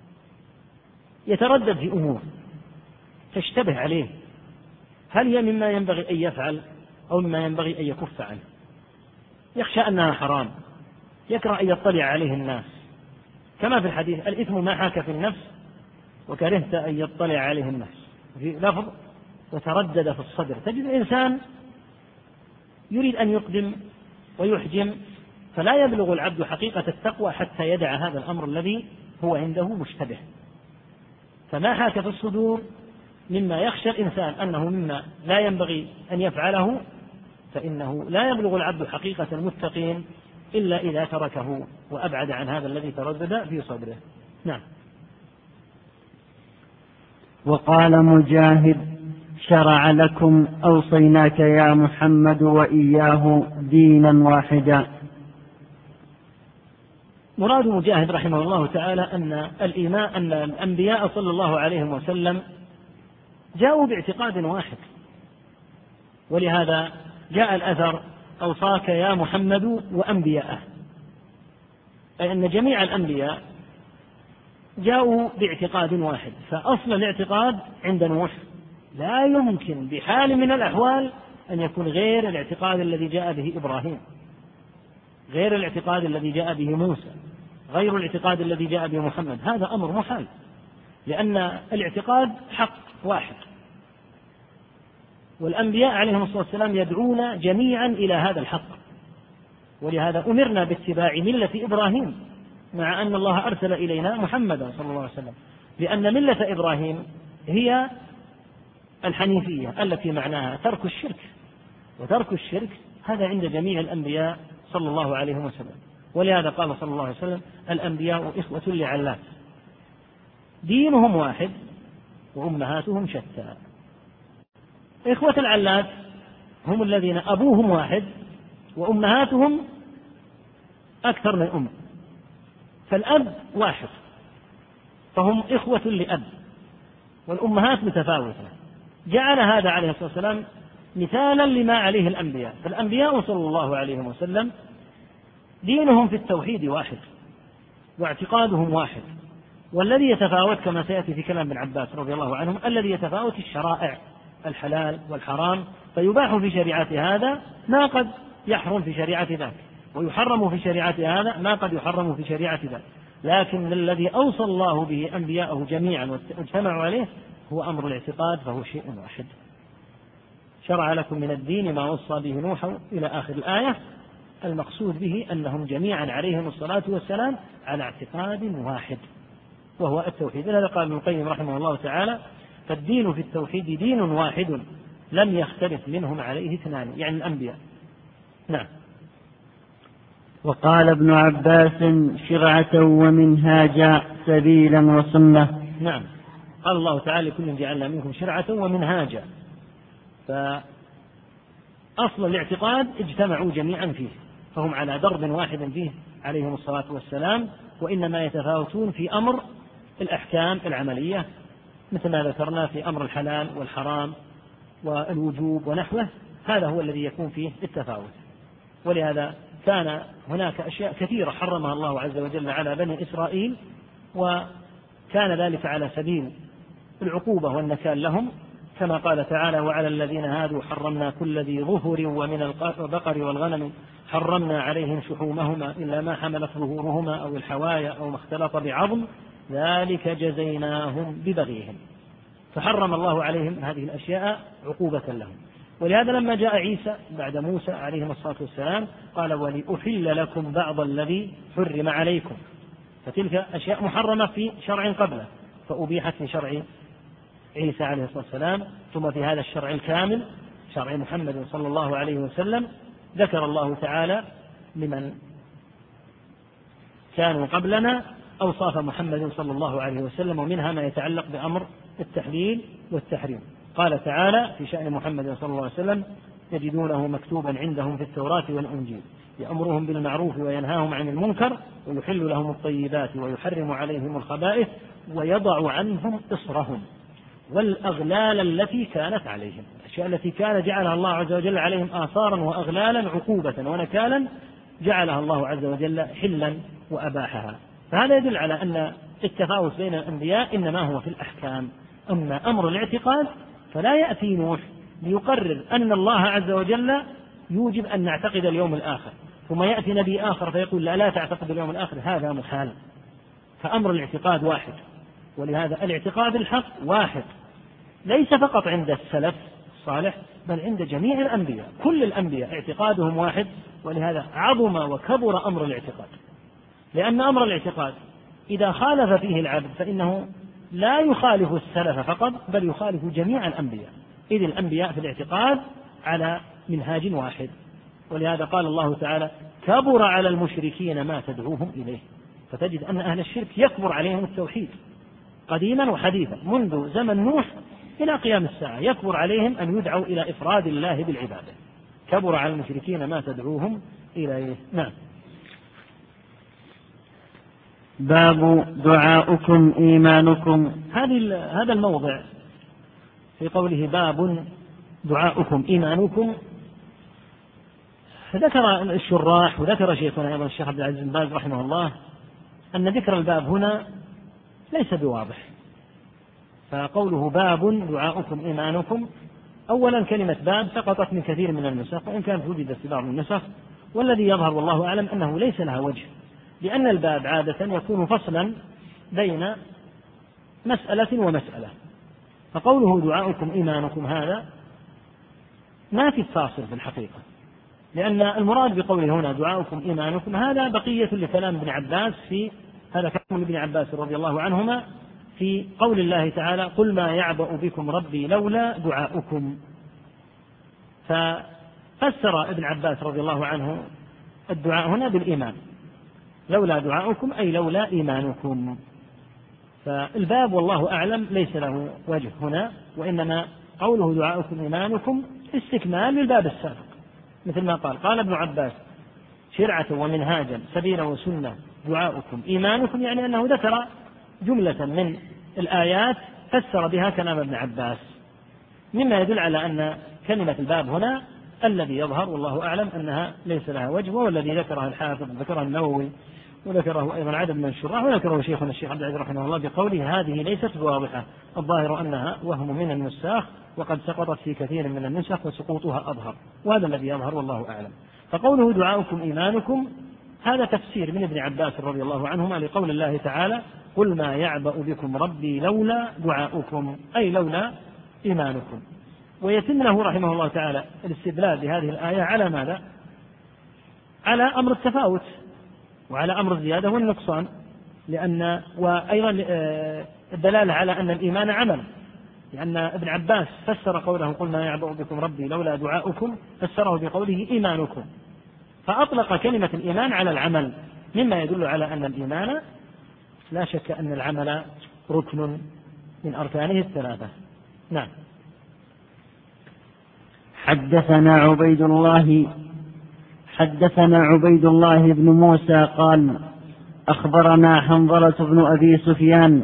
يتردد في أمور تشتبه عليه، هل هي مما ينبغي أن يفعل أو مما ينبغي أن يكف عنه، يخشى أنها حرام، يكره أن يطلع عليه الناس، كما في الحديث الإثم ما حاك في النفس وكرهت أن يطلع عليه الناس، في لفظ وتردد في الصدر. تجد الإنسان يريد أن يقدم ويحجم، فلا يبلغ العبد حقيقة التقوى حتى يدع هذا الأمر الذي هو عنده مشتبه. فما حاك في الصدور مما يخشى الإنسان أنه مما لا ينبغي أن يفعله، فإنه لا يبلغ العبد حقيقة المتقين إلا إذا تركه وأبعد عن هذا الذي تردد في صدره. نعم. وقال مجاهد شرع لكم أوصيناك يا محمد وإياه دينا واحدا. مراد مجاهد رحمه الله تعالى أن الإيمان أن الأنبياء صلى الله عليه وسلم جاءوا باعتقاد واحد، ولهذا جاء الأثر أوصاك يا محمد وأنبياءه، أي أن جميع الأنبياء جاءوا باعتقاد واحد. فأصل الاعتقاد عند نوح لا يمكن بحال من الأحوال أن يكون غير الاعتقاد الذي جاء به إبراهيم، غير الاعتقاد الذي جاء به موسى، غير الاعتقاد الذي جاء به محمد. هذا أمر محال، لأن الاعتقاد حق واحد، والأنبياء عليهم الصلاة والسلام يدعون جميعا إلى هذا الحق. ولهذا أمرنا باتباع ملة إبراهيم مع أن الله أرسل إلينا محمدا صلى الله عليه وسلم، لأن ملة إبراهيم هي الحنيفية التي معناها ترك الشرك، وترك الشرك هذا عند جميع الأنبياء صلى الله عليه وسلم. ولهذا قال صلى الله عليه وسلم الأنبياء إخوة لعلات، دينهم واحد وأمهاتهم شتى. إخوة العلات هم الذين أبوهم واحد وأمهاتهم أكثر من أم، فالأب واحد فهم إخوة لأب، والأمهات متفاوتة. جعل هذا عليه الصلاة والسلام مثالا لما عليه الأنبياء. فالأنبياء صلى الله عليه وسلم دينهم في التوحيد واحد واعتقادهم واحد، والذي يتفاوت كما سيأتي في كلام ابن عباس رضي الله عنهم الذي يتفاوت الشرائع، الحلال والحرام، فيباح في شريعة هذا ما قد يحرم في شريعة ذاك، ويحرم في شريعة هذا ما قد يحرم في شريعة ذاك. لكن الذي أوصى الله به أنبياءه جميعا واجتمعوا عليه هو أمر الاعتقاد، فهو شيء واحد. شرع لكم من الدين ما وصى به نوح إلى آخر الآية. المقصود به أنهم جميعا عليهم الصلاة والسلام على اعتقاد واحد وهو التوحيد. هذا قال ابن القيم رحمه الله تعالى فالدين في التوحيد دين واحد لم يختلف منهم عليه اثنان، يعني الأنبياء. نعم. وقال ابن عباس شرعة ومنهاجا سبيلا وسنة. نعم. قال الله تعالى كل جعلنا منكم شرعة ومنهاجا، فأصل الاعتقاد اجتمعوا جميعا فيه، فهم على درب واحد فيه عليهم الصلاة والسلام، وإنما يتفاوتون في أمر الأحكام العملية مثل ما ذكرنا في أمر الحلال والحرام والوجوب ونحوه، هذا هو الذي يكون فيه التفاوت. ولهذا كان هناك أشياء كثيرة حرمها الله عز وجل على بني إسرائيل، وكان ذلك على سبيل العقوبة والنكال لهم، كما قال تعالى: وعلى الذين هادوا حرمنا كل ذي ظفر ومن البقر والغنم حرمنا عليهم شحومهما إلا ما حملت ظهورهما أو الحوايا أو ما اختلط بعظم ذلك جزيناهم ببغيهم. فحرم الله عليهم هذه الأشياء عقوبة لهم. ولهذا لما جاء عيسى بعد موسى عليه الصلاة والسلام قال: ولأحل لكم بعض الذي حرم عليكم. فتلك أشياء محرمة في شرع قبله فأبيحت في شرع عيسى عليه الصلاة والسلام. ثم في هذا الشرع الكامل شرع محمد صلى الله عليه وسلم ذكر الله تعالى لمن كانوا قبلنا أوصاف محمد صلى الله عليه وسلم، ومنها ما يتعلق بأمر التحليل والتحريم. قال تعالى في شأن محمد صلى الله عليه وسلم: يجدونه مكتوبا عندهم في التوراة والإنجيل يأمرهم بالمعروف وينهاهم عن المنكر ويحل لهم الطيبات ويحرم عليهم الخبائث ويضع عنهم إصرهم والأغلال التي كانت عليهم. الأشياء التي كان جعلها الله عز وجل عليهم آثارا وأغلالا عقوبة ونكالا جعلها الله عز وجل حلا وأباحها. فهذا يدل على أن التفاوت بين الأنبياء إنما هو في الأحكام. أما أمر الاعتقاد فلا يأتي نوح ليقرر أن الله عز وجل يوجب أن نعتقد اليوم الآخر ثم يأتي نبي آخر فيقول لا لا تعتقد اليوم الآخر، هذا محال. فأمر الاعتقاد واحد، ولهذا الاعتقاد الحق واحد ليس فقط عند السلف الصالح بل عند جميع الأنبياء. كل الأنبياء اعتقادهم واحد، ولهذا عظم وكبر أمر الاعتقاد. لأن أمر الاعتقاد إذا خالف فيه العبد فإنه لا يخالف السلف فقط بل يخالف جميع الأنبياء، إذ الأنبياء في الاعتقاد على منهاج واحد. ولهذا قال الله تعالى: كبر على المشركين ما تدعوهم إليه. فتجد أن أهل الشرك يكبر عليهم التوحيد قديما وحديثا منذ زمن نوح إلى قيام الساعة، يكبر عليهم أن يدعوا إلى إفراد الله بالعبادة. كبر على المشركين ما تدعوهم إليه. نعم. باب دعاؤكم إيمانكم. هذا الموضع في قوله باب دعاؤكم إيمانكم، فذكر الشراح وذكر شيخنا أيضا الشيخ عبد العزيز بن باز رحمه الله أن ذكر الباب هنا ليس بواضح. فقوله باب دعاؤكم إيمانكم، أولا كلمة باب سقطت من كثير من النسخ وإن كانت وجدت في بعض النسخ، والذي يظهر والله أعلم أنه ليس لها وجه، لأن الباب عادة يكون فصلا بين مسألة ومسألة. فقوله دعاؤكم إيمانكم هذا ما في الفاصل في الحقيقة، لأن المراد بقوله هنا دعاؤكم إيمانكم هذا بقية لكلام ابن عباس في هذا كلام ابن عباس رضي الله عنهما في قول الله تعالى: قل ما يعبأ بكم ربي لولا دعاؤكم. ففسر ابن عباس رضي الله عنه الدعاء هنا بالإيمان، لولا دعاؤكم أي لولا إيمانكم. فالباب والله أعلم ليس له وجه هنا، وإنما قوله دعاؤكم إيمانكم استكمال للباب السابق، مثل ما قال قال ابن عباس: شرعة ومنهاجا سبيلا وسنة دعاؤكم إيمانكم، يعني أنه ذكر جملة من الآيات فسر بها كلام ابن عباس، مما يدل على أن كلمة الباب هنا الذي يظهر والله أعلم أنها ليس لها وجه، وهو الذي ذكره الحافظ ذكره النووي وذكره أيضا عدد من الشراح، وذكره شيخنا الشيخ عبد العزيز رحمه الله بقوله هذه ليست بواضحة، الظاهر أنها وهم من النساخ وقد سقطت في كثير من النسخ وسقوطها أظهر، وهذا الذي يظهر والله أعلم. فقوله دعاؤكم إيمانكم هذا تفسير من ابن عباس رضي الله عنهما لقول الله تعالى: قل ما يعبأ بكم ربي لولا دعاؤكم أي لولا إيمانكم. ويتم له رحمه الله تعالى الاستدلال بهذه الآية على ماذا؟ على أمر التفاوت وعلى أمر الزيادة والنقصان، لأن وأيضا الدلالة على أن الإيمان عمل، لأن ابن عباس فسر قوله قل ما يعبأ بكم ربي لولا دعاؤكم فسره بقوله إيمانكم، فأطلق كلمة الإيمان على العمل، مما يدل على أن الإيمان لا شك أن العمل ركن من أركانه الثلاثة. نعم. حدثنا عبيد الله حدثنا عبيد الله بن موسى قال: أخبرنا حنظلة بن أبي سفيان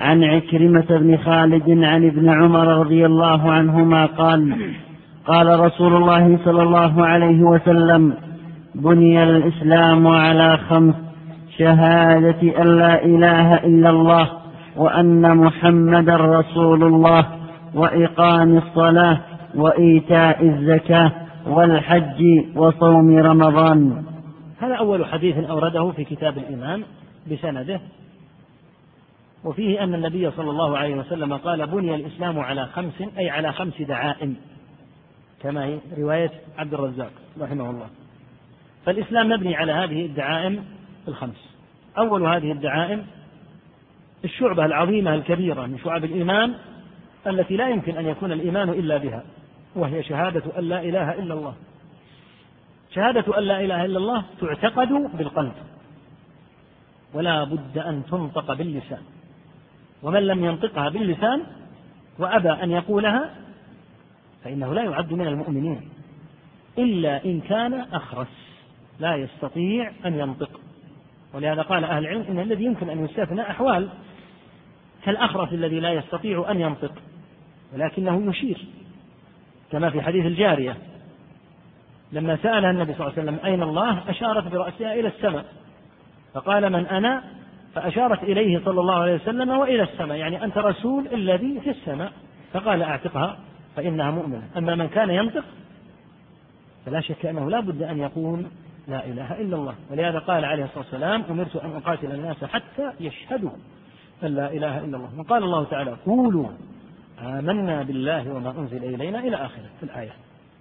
عن عكرمة بن خالد عن ابن عمر رضي الله عنهما قال قال رسول الله صلى الله عليه وسلم بني الإسلام على خمس: شهادة أن لا إله إلا الله وأن محمدا رسول الله وإقام الصلاة وإيتاء الزكاة والحج وصوم رمضان. هذا أول حديث أورده في كتاب الإيمان بسنده، وفيه أن النبي صلى الله عليه وسلم قال بني الإسلام على خمس، أي على خمس دعائم، كما هي رواية عبد الرزاق رحمه الله. فالإسلام مبني على هذه الدعائم الخمس. أول هذه الدعائم الشعبة العظيمة الكبيرة من شعب الإيمان التي لا يمكن أن يكون الإيمان إلا بها، وهي شهادة أن لا إله إلا الله. شهادة أن لا إله إلا الله تعتقد بالقلب ولا بد أن تنطق باللسان، ومن لم ينطقها باللسان وأبى أن يقولها فإنه لا يعد من المؤمنين إلا إن كان أخرس لا يستطيع أن ينطق. ولهذا قال أهل العلم إن الذي يمكن أن يستثنى أحوال كالأخرس الذي لا يستطيع أن ينطق ولكنه يشير، كما في حديث الجارية لما سألها النبي صلى الله عليه وسلم أين الله أشارت برأسها إلى السماء، فقال من أنا؟ فأشارت إليه صلى الله عليه وسلم وإلى السماء، يعني أنت رسول الذي في السماء، فقال أعتقها فإنها مؤمنة. أما من كان ينطق فلا شك أنه لا بد أن يقول لا إله إلا الله. ولهذا قال عليه الصلاة والسلام أمرت أن أقاتل الناس حتى يشهدوا أن لا إله إلا الله. وقال الله تعالى قولوا آمنا بالله وما أنزل إلينا إلى آخره في الآية.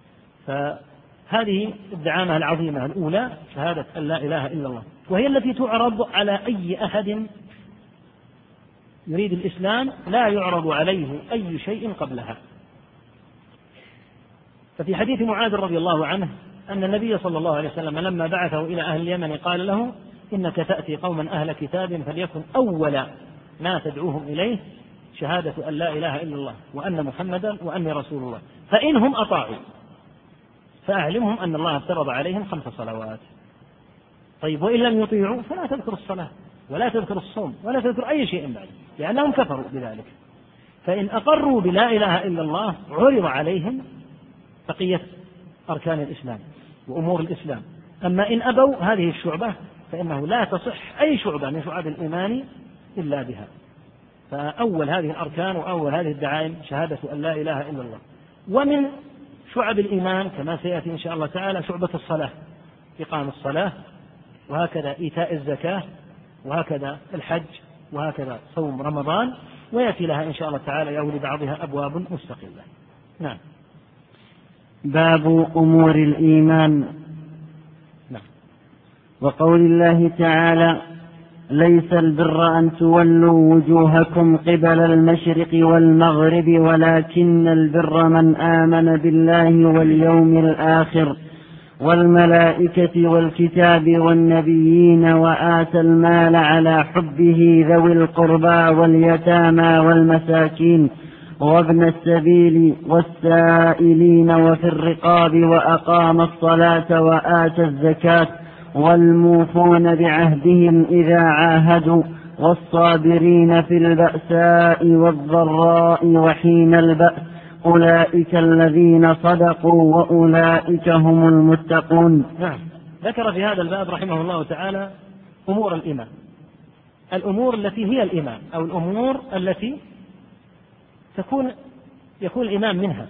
فهذه الدعامة العظيمة الأولى شهادة أن لا إله إلا الله، وهي التي تعرض على أي أحد يريد الإسلام، لا يعرض عليه أي شيء قبلها. ففي حديث معاذ رضي الله عنه أن النبي صلى الله عليه وسلم لما بعثه إلى أهل اليمن قال له إنك تأتي قوما أهل كتاب فليكن أول ما تدعوهم إليه شهادة أن لا إله إلا الله وأن محمدا وأني رسول الله، فإنهم أطاعوا فأعلمهم أن الله افترض عليهم خمس صلوات. طيب وإن لم يطيعوا فلا تذكر الصلاة ولا تذكر الصوم ولا تذكر أي شيء بعد، لأنهم كفروا بذلك. فإن أقروا بلا إله إلا الله عرض عليهم بقية أركان الإسلام وأمور الإسلام. أما إن أبوا هذه الشعبة فإنه لا تصح أي شعبة من شعب الإيمان إلا بها. فأول هذه الأركان وأول هذه الدعائم شهادة أن لا إله إلا الله. ومن شعب الإيمان كما سيأتي إن شاء الله تعالى شعبة الصلاة، إقام الصلاة، وهكذا إيتاء الزكاة، وهكذا الحج، وهكذا صوم رمضان، ويأتي لها إن شاء الله تعالى يولي بعضها أبواب مستقلة. نعم. باب أمور الإيمان. نعم. وقول الله تعالى ليس البر أن تولوا وجوهكم قبل المشرق والمغرب ولكن البر من آمن بالله واليوم الآخر والملائكة والكتاب والنبيين وآتى المال على حبه ذوي القربى واليتامى والمساكين وابن السبيل والسائلين وفي الرقاب وأقام الصلاة وآتى الزكاة والموفون بعهدهم إذا عاهدوا والصابرين في البأساء والضراء وحين البأس أولئك الذين صدقوا وأولئك هم المتقون. نعم. ذكر في هذا الباب رحمه الله تعالى أمور الإيمان، الأمور التي هي الإيمان أو الأمور التي تكون يكون الإيمان منها.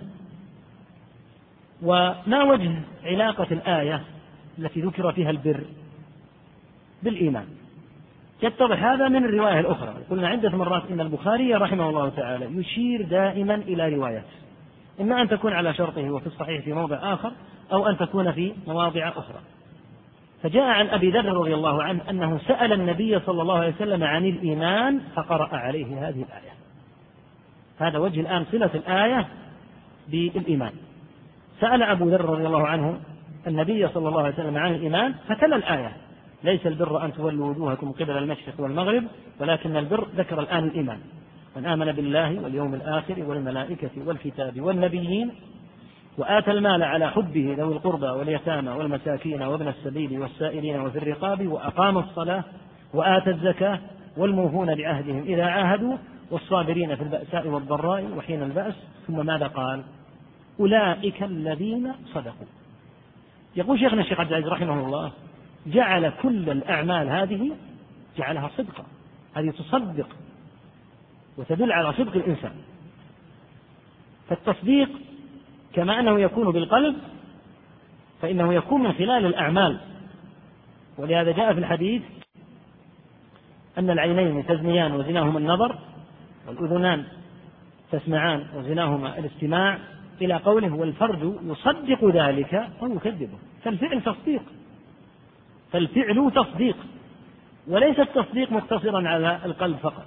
وما وجه علاقة الآية التي ذكر فيها البر بالإيمان؟ يتضح هذا من الرواية الأخرى. قلنا عدة مرات إن البخاري رحمه الله تعالى يشير دائما إلى روايات، إما أن تكون على شرطه وفي الصحيح في موضع آخر أو أن تكون في مواضع أخرى. فجاء عن أبي ذر رضي الله عنه أنه سأل النبي صلى الله عليه وسلم عن الإيمان فقرأ عليه هذه الآية. هذا وجه الآن صلة الآية بالإيمان. سأل أبو ذر رضي الله عنه النبي صلى الله عليه وسلم عن الإيمان فتلا الآية ليس البر أن تولوا وجوهكم قبل المشرق والمغرب ولكن البر، ذكر الآن الإيمان من آمن بالله واليوم الآخر والملائكة والكتاب والنبيين وآتى المال على حبه ذوي القربى واليتامى والمساكين وابن السبيل والسائلين وفي الرقاب وأقام الصلاة وآتى الزكاة والموفون بعهدهم إذا عاهدوا والصابرين في البأساء والضراء وحين البأس. ثم ماذا قال؟ أولئك الذين صدقوا. يقول شيخنا الشيخ عبد العزيز رحمه الله جعل كل الأعمال هذه جعلها صدقا، هذه تصدق وتدل على صدق الإنسان. فالتصديق كما أنه يكون بالقلب فإنه يكون من خلال الأعمال. ولهذا جاء في الحديث أن العينين تزنيان وزناهما النظر، والأذنان تسمعان وزناهما الاستماع، إلى قوله والفرج يصدق ذلك أو يكذبه. فالفعل تصديق، فالفعل تصديق، وليس التصديق مقتصرا على القلب فقط.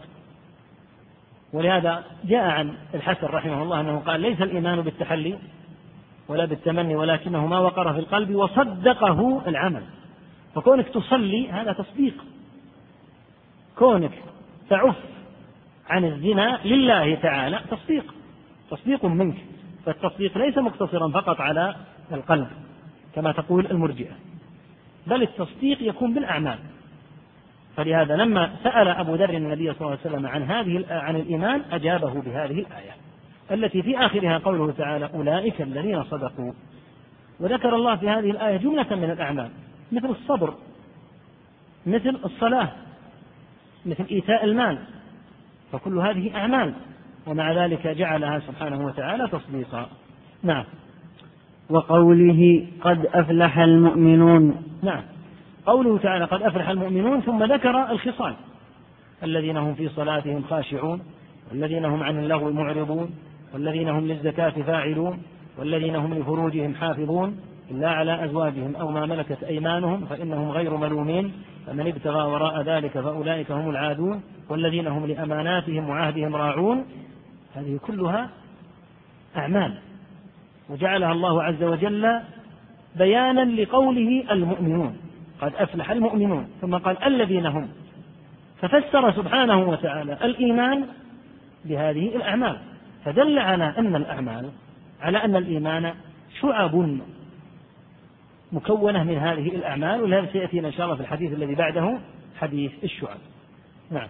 ولهذا جاء عن الحسن رحمه الله أنه قال ليس الإيمان بالتحلي ولا بالتمني ولكنه ما وقر في القلب وصدقه العمل. فكونك تصلي هذا تصديق، كونك تعف عن الزنا لله تعالى تصديق، تصديق منك. فالتصديق ليس مقتصرا فقط على القلب كما تقول المرجئة، بل التصديق يكون بالأعمال. فلهذا لما سأل أبو ذر النبي صلى الله عليه وسلم عن هذه عن الإيمان أجابه بهذه الآية التي في آخرها قوله تعالى أولئك الذين صدقوا. وذكر الله في هذه الآية جملة من الأعمال مثل الصبر، مثل الصلاة، مثل إيتاء المال، فكل هذه أعمال، ومع ذلك جعلها سبحانه وتعالى تصديقا. نعم. وقوله قد أفلح المؤمنون. نعم، قوله تعالى قد أفلح المؤمنون، ثم ذكر الخصال الذين هم في صلاتهم خاشعون، والذين هم عن اللغو معرضون، والذين هم للزكاة فاعلون، والذين هم لفروجهم حافظون إلا على أزواجهم أو ما ملكت أيمانهم فإنهم غير ملومين، فمن ابتغى وراء ذلك فأولئك هم العادون، والذين هم لأماناتهم وعهدهم راعون. هذه كلها أعمال، وجعلها الله عز وجل بيانا لقوله المؤمنون، قد أفلح المؤمنون، ثم قال الذين هم، ففسر سبحانه وتعالى الإيمان بهذه الأعمال، فدل على أن الأعمال على أن الإيمان شعب مكونة من هذه الأعمال، ولهذا سيأتينا إن شاء الله في الحديث الذي بعده حديث الشعب. نعم.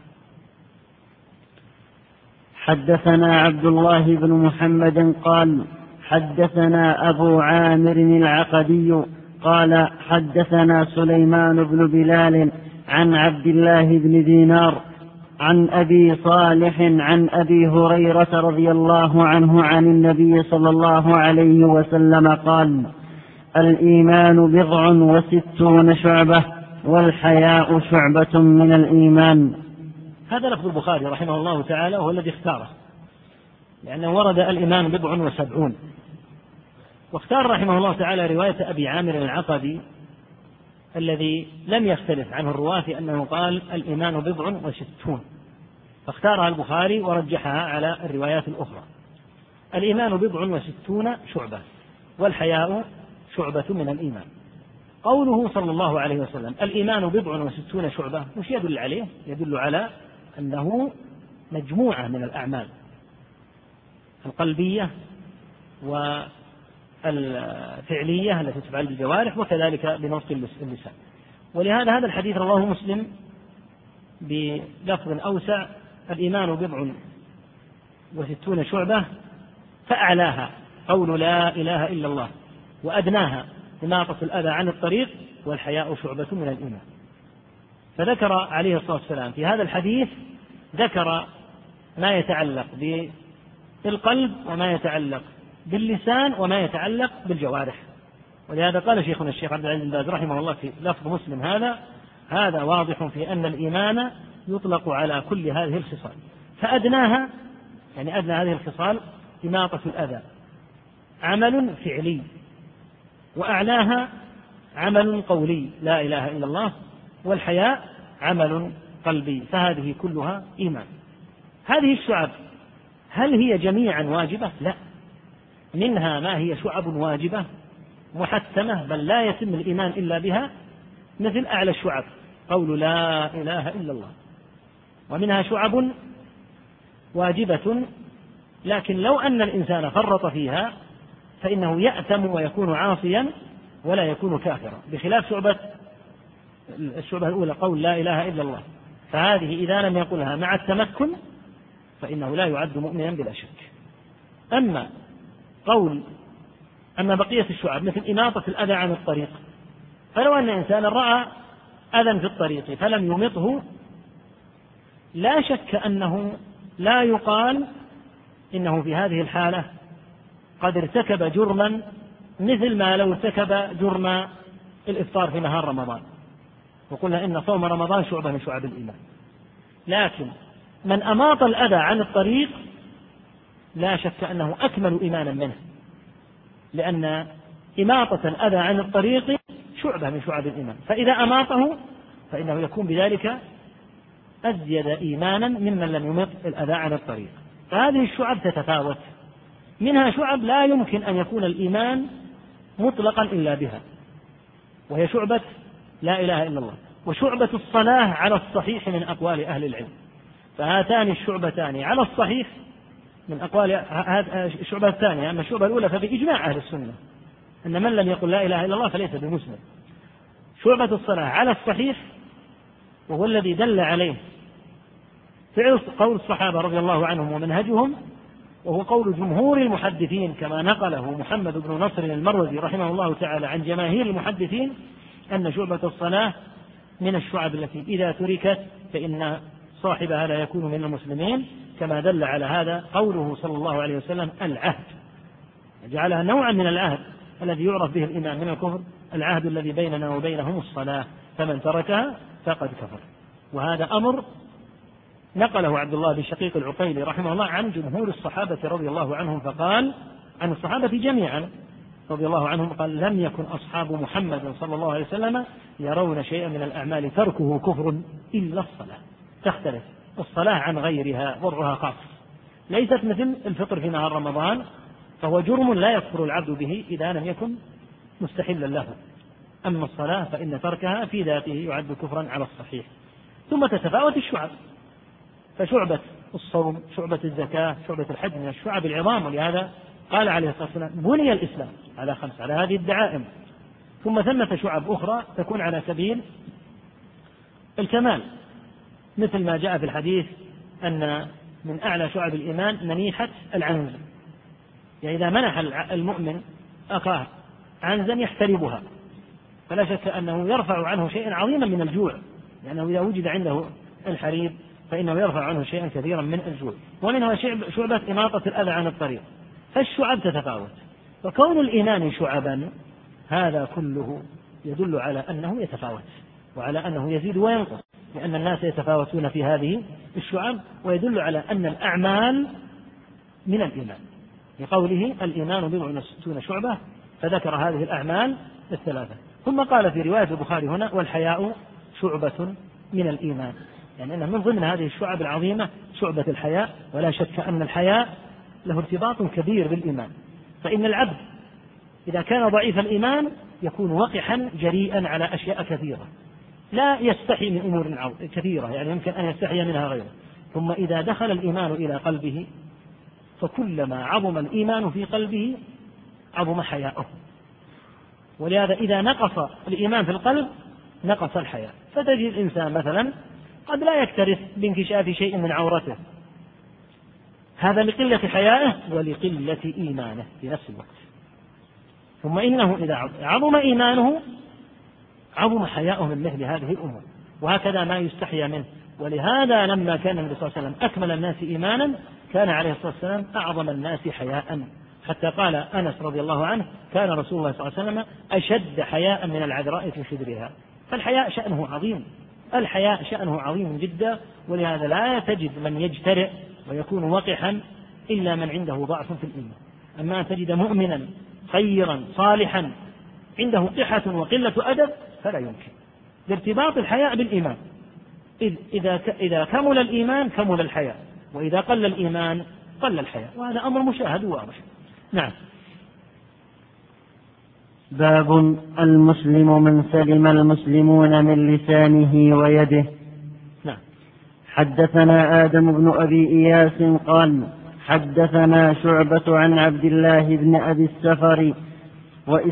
حدثنا عبد الله بن محمد قال حدثنا أبو عامر العقدي قال حدثنا سليمان بن بلال عن عبد الله بن دينار عن أبي صالح عن أبي هريرة رضي الله عنه عن النبي صلى الله عليه وسلم قال الإيمان بضع وستون شعبة والحياء شعبة من الإيمان. هذا لفظ البخاري رحمه الله تعالى وهو الذي اختاره، لأنه ورد الإيمان بضع وسبعون، واختار رحمه الله تعالى رواية أبي عامر العقدي الذي لم يختلف عنه الرواة أنه قال الإيمان بضع وستون، فاختارها البخاري ورجحها على الروايات الأخرى. الإيمان بضع وستون شعبة والحياء شعبة من الإيمان. قوله صلى الله عليه وسلم الإيمان بضع وستون شعبة مش يدل عليه؟ يدل على أنه مجموعة من الأعمال القلبية والفعلية التي تفعل بالجوارح وكذلك بنطق اللسان. ولهذا هذا الحديث رواه مسلم بلفظ أوسع الإيمان بضع وستون شعبة، فأعلاها قول لا إله إلا الله، وأدناها إماطة الأذى عن الطريق، والحياء شعبة من الإيمان. فذكر عليه الصلاة والسلام في هذا الحديث ذكر ما يتعلق بالقلب وما يتعلق باللسان وما يتعلق بالجوارح. ولهذا قال شيخنا الشيخ عبد العزيز بن باز رحمه الله في لفظ مسلم هذا هذا واضح في أن الإيمان يطلق على كل هذه الخصال، فأدناها يعني أدنى هذه الخصال إماطة الأذى عمل فعلي، وأعلاها عمل قولي لا إله إلا الله، والحياء عمل قلبي، فهذه كلها إيمان. هذه الشعب هل هي جميعا واجبة؟ لا، منها ما هي شعب واجبة محتمة بل لا يتم الإيمان إلا بها، مثل أعلى الشعب قول لا إله إلا الله، ومنها شعب واجبة لكن لو أن الإنسان فرط فيها فإنه يأثم ويكون عاصيا ولا يكون كافرا، بخلاف شعبة الشعبة الأولى قول لا إله إلا الله، فهذه إذا لم يقلها مع التمكن فإنه لا يعد مؤمنا بلا شك. أما قول أما بقية الشعب مثل إماطة الأذى عن الطريق، فلو أن إنسانا رأى أذى في الطريق فلم يمطه، لا شك أنه لا يقال إنه في هذه الحالة قد ارتكب جرما مثل ما لو ارتكب جرم الإفطار في نهار رمضان، وقلنا إن صوم رمضان شعبة من شعب الإيمان. لكن من أماط الأذى عن الطريق لا شك أنه أكمل إيمانا منه، لأن إماطة الأذى عن الطريق شعبة من شعب الإيمان، فإذا أماطه فإنه يكون بذلك أزيد إيمانا ممن لم يمط الأذى عن الطريق. فهذه الشعب تتفاوت، منها شعب لا يمكن أن يكون الإيمان مطلقا إلا بها، وهي شعبة لا إله إلا الله، وشعبة الصلاة على الصحيح من أقوال أهل العلم. فهاتان الشعبتان على الصحيح من أقوال الشعبة الثانية. أما الشعبة الأولى فبإجماع أهل السنة أن من لم يقل لا إله إلا الله فليس بمسلم. شعبة الصلاة على الصحيح وهو الذي دل عليه فعل قول الصحابة رضي الله عنهم ومنهجهم، وهو قول جمهور المحدثين كما نقله محمد بن نصر المروزي رحمه الله تعالى عن جماهير المحدثين، أن شعبة الصلاة من الشعب التي إذا تركت فإن صاحبها لا يكون من المسلمين، كما دل على هذا قوله صلى الله عليه وسلم العهد، جعلها نوعا من العهد الذي يعرف به الإيمان من الكفر، العهد الذي بيننا وبينهم الصلاة، فمن تركها فقد كفر. وهذا أمر نقله عبد الله بن شقيق العقيلي رحمه الله عن جمهور الصحابة رضي الله عنهم، فقال عن الصحابة جميعا رضي الله عنهم قال لم يكن أصحاب محمد صلى الله عليه وسلم يرون شيئا من الأعمال تركه كفر إلا الصلاة. تختلف الصلاة عن غيرها، وضعها خاص، ليست مثل الفطر في نهار رمضان، فهو جرم لا يكفر العبد به إذا لم يكن مستحلا له. أما الصلاة فإن تركها في ذاته يعد كفرا على الصحيح. ثم تتفاوت الشعب، فشعبة الصوم، شعبة الزكاة، شعبة الحج من الشعب العظام، ولهذا قال عليه الصلاة والسلام بني الإسلام على خمس، على هذه الدعائم. ثم ثمة شعب أخرى تكون على سبيل الكمال، مثل ما جاء في الحديث أن من أعلى شعب الإيمان منيحة العنز، يعني إذا منح المؤمن أخاه عنزا يحتربها فلا شك أنه يرفع عنه شيئا عظيما من الجوع، لأنه إذا وجد عنده الحريب فإنه يرفع عنه شيئا كثيرا من الجوع. ومنها شعبة إماطة الأذى عن الطريق. فالشعب تتفاوت، وكون الإيمان شعبا هذا كله يدل على أنه يتفاوت وعلى أنه يزيد وينقص، لأن الناس يتفاوتون في هذه الشعب، ويدل على أن الأعمال من الإيمان، لقوله الإيمان بضع وستون شعبة، فذكر هذه الأعمال الثلاثة. ثم قال في رواية البخاري هنا والحياء شعبة من الإيمان، يعني أنه من ضمن هذه الشعب العظيمة شعبة الحياء. ولا شك أن الحياء له ارتباط كبير بالإيمان، فإن العبد إذا كان ضعيف الإيمان يكون وقحا جريئا على أشياء كثيرة، لا يستحي من أمور كثيرة، يعني يمكن أن يستحي منها غيره. ثم إذا دخل الإيمان إلى قلبه فكلما عظم الإيمان في قلبه عظم حياؤه. ولهذا إذا نقص الإيمان في القلب نقص الحياء، فتجد الإنسان مثلا قد لا يكترث بانكشاف شيء من عورته، هذا لقلة حيائه ولقلة إيمانه في نفس الوقت. ثم إنه إذا عظم إيمانه عظم حياؤه من مثل هذه الأمور، وهكذا ما يستحيا منه. ولهذا لما كان النبي صلى الله عليه وسلم أكمل الناس إيمانا كان عليه الصلاة والسلام أعظم الناس حياء، حتى قال أنس رضي الله عنه كان رسول الله صلى الله عليه وسلم أشد حياء من العذراء في خدرها. فالحياء شأنه عظيم، الحياء شأنه عظيم جدا، ولهذا لا تجد من يجترئ ويكون وقحا إلا من عنده ضعف في الإيمان. أما أن تجد مؤمنا خيرا صالحا عنده قحة وقلة أدب فلا يمكن، لارتباط الحياء بالإيمان. إذ إذا إذا كمل الإيمان كمل الحياء، وإذا قل الإيمان قل الحياء، وهذا أمر مشاهد واضح. نعم. باب المسلم من سلم المسلمون من لسانه ويده. نعم. حدثنا آدم بن أبي إياس قال حدثنا شعبة عن عبد الله بن أبي السفر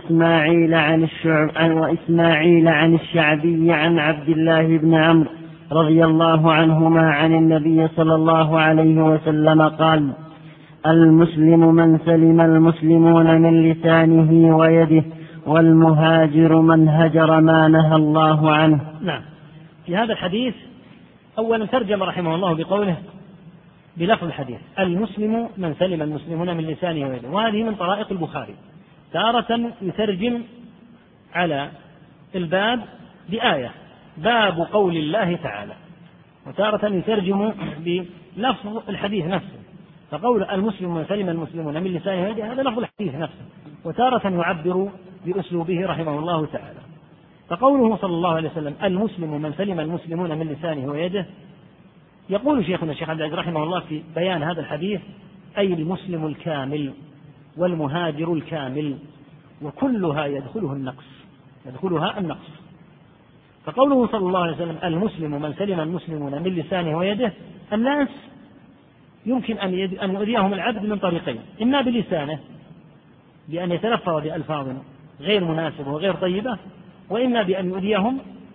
وإسماعيل عن الشعب عن وإسماعيل عن الشعبي عن عبد الله بن عمرو رضي الله عنهما عن النبي صلى الله عليه وسلم قال: المسلم من سلم المسلمون من لسانه ويده، والمهاجر من هجر ما نهى الله عنه. نعم. في هذا الحديث أولا ترجم رحمه الله بقوله بلفظ الحديث: المسلم من سلم المسلمون من لسانه ويده، وهذه من طرائق البخاري. تارة يترجم على الباب بآية: باب قول الله تعالى، وتارة يترجم بلفظ الحديث نفسه، فقول المسلم من سلم المسلمون من لسانه ويده هذا لفظ الحديث نفسه، وتارة يعبر بأسلوبه رحمه الله تعالى. فقوله صلى الله عليه وسلم: المسلم من سلم المسلمون من لسانه ويده، يقول شيخنا الشيخ عبد العزيز رحمه الله في بيان هذا الحديث: أي المسلم الكامل والمهاجر الكامل، وكلها يدخله النقص يدخلها النقص. فقوله صلى الله عليه وسلم: المسلم من سلم المسلمون من لسانه ويده، الناس يمكن أن يؤذيهم العبد من طريقين: إما بلسانه بأن يتلفظ بألفاظ غير مناسبة وغير طيبة، وإما بأن يؤذيهم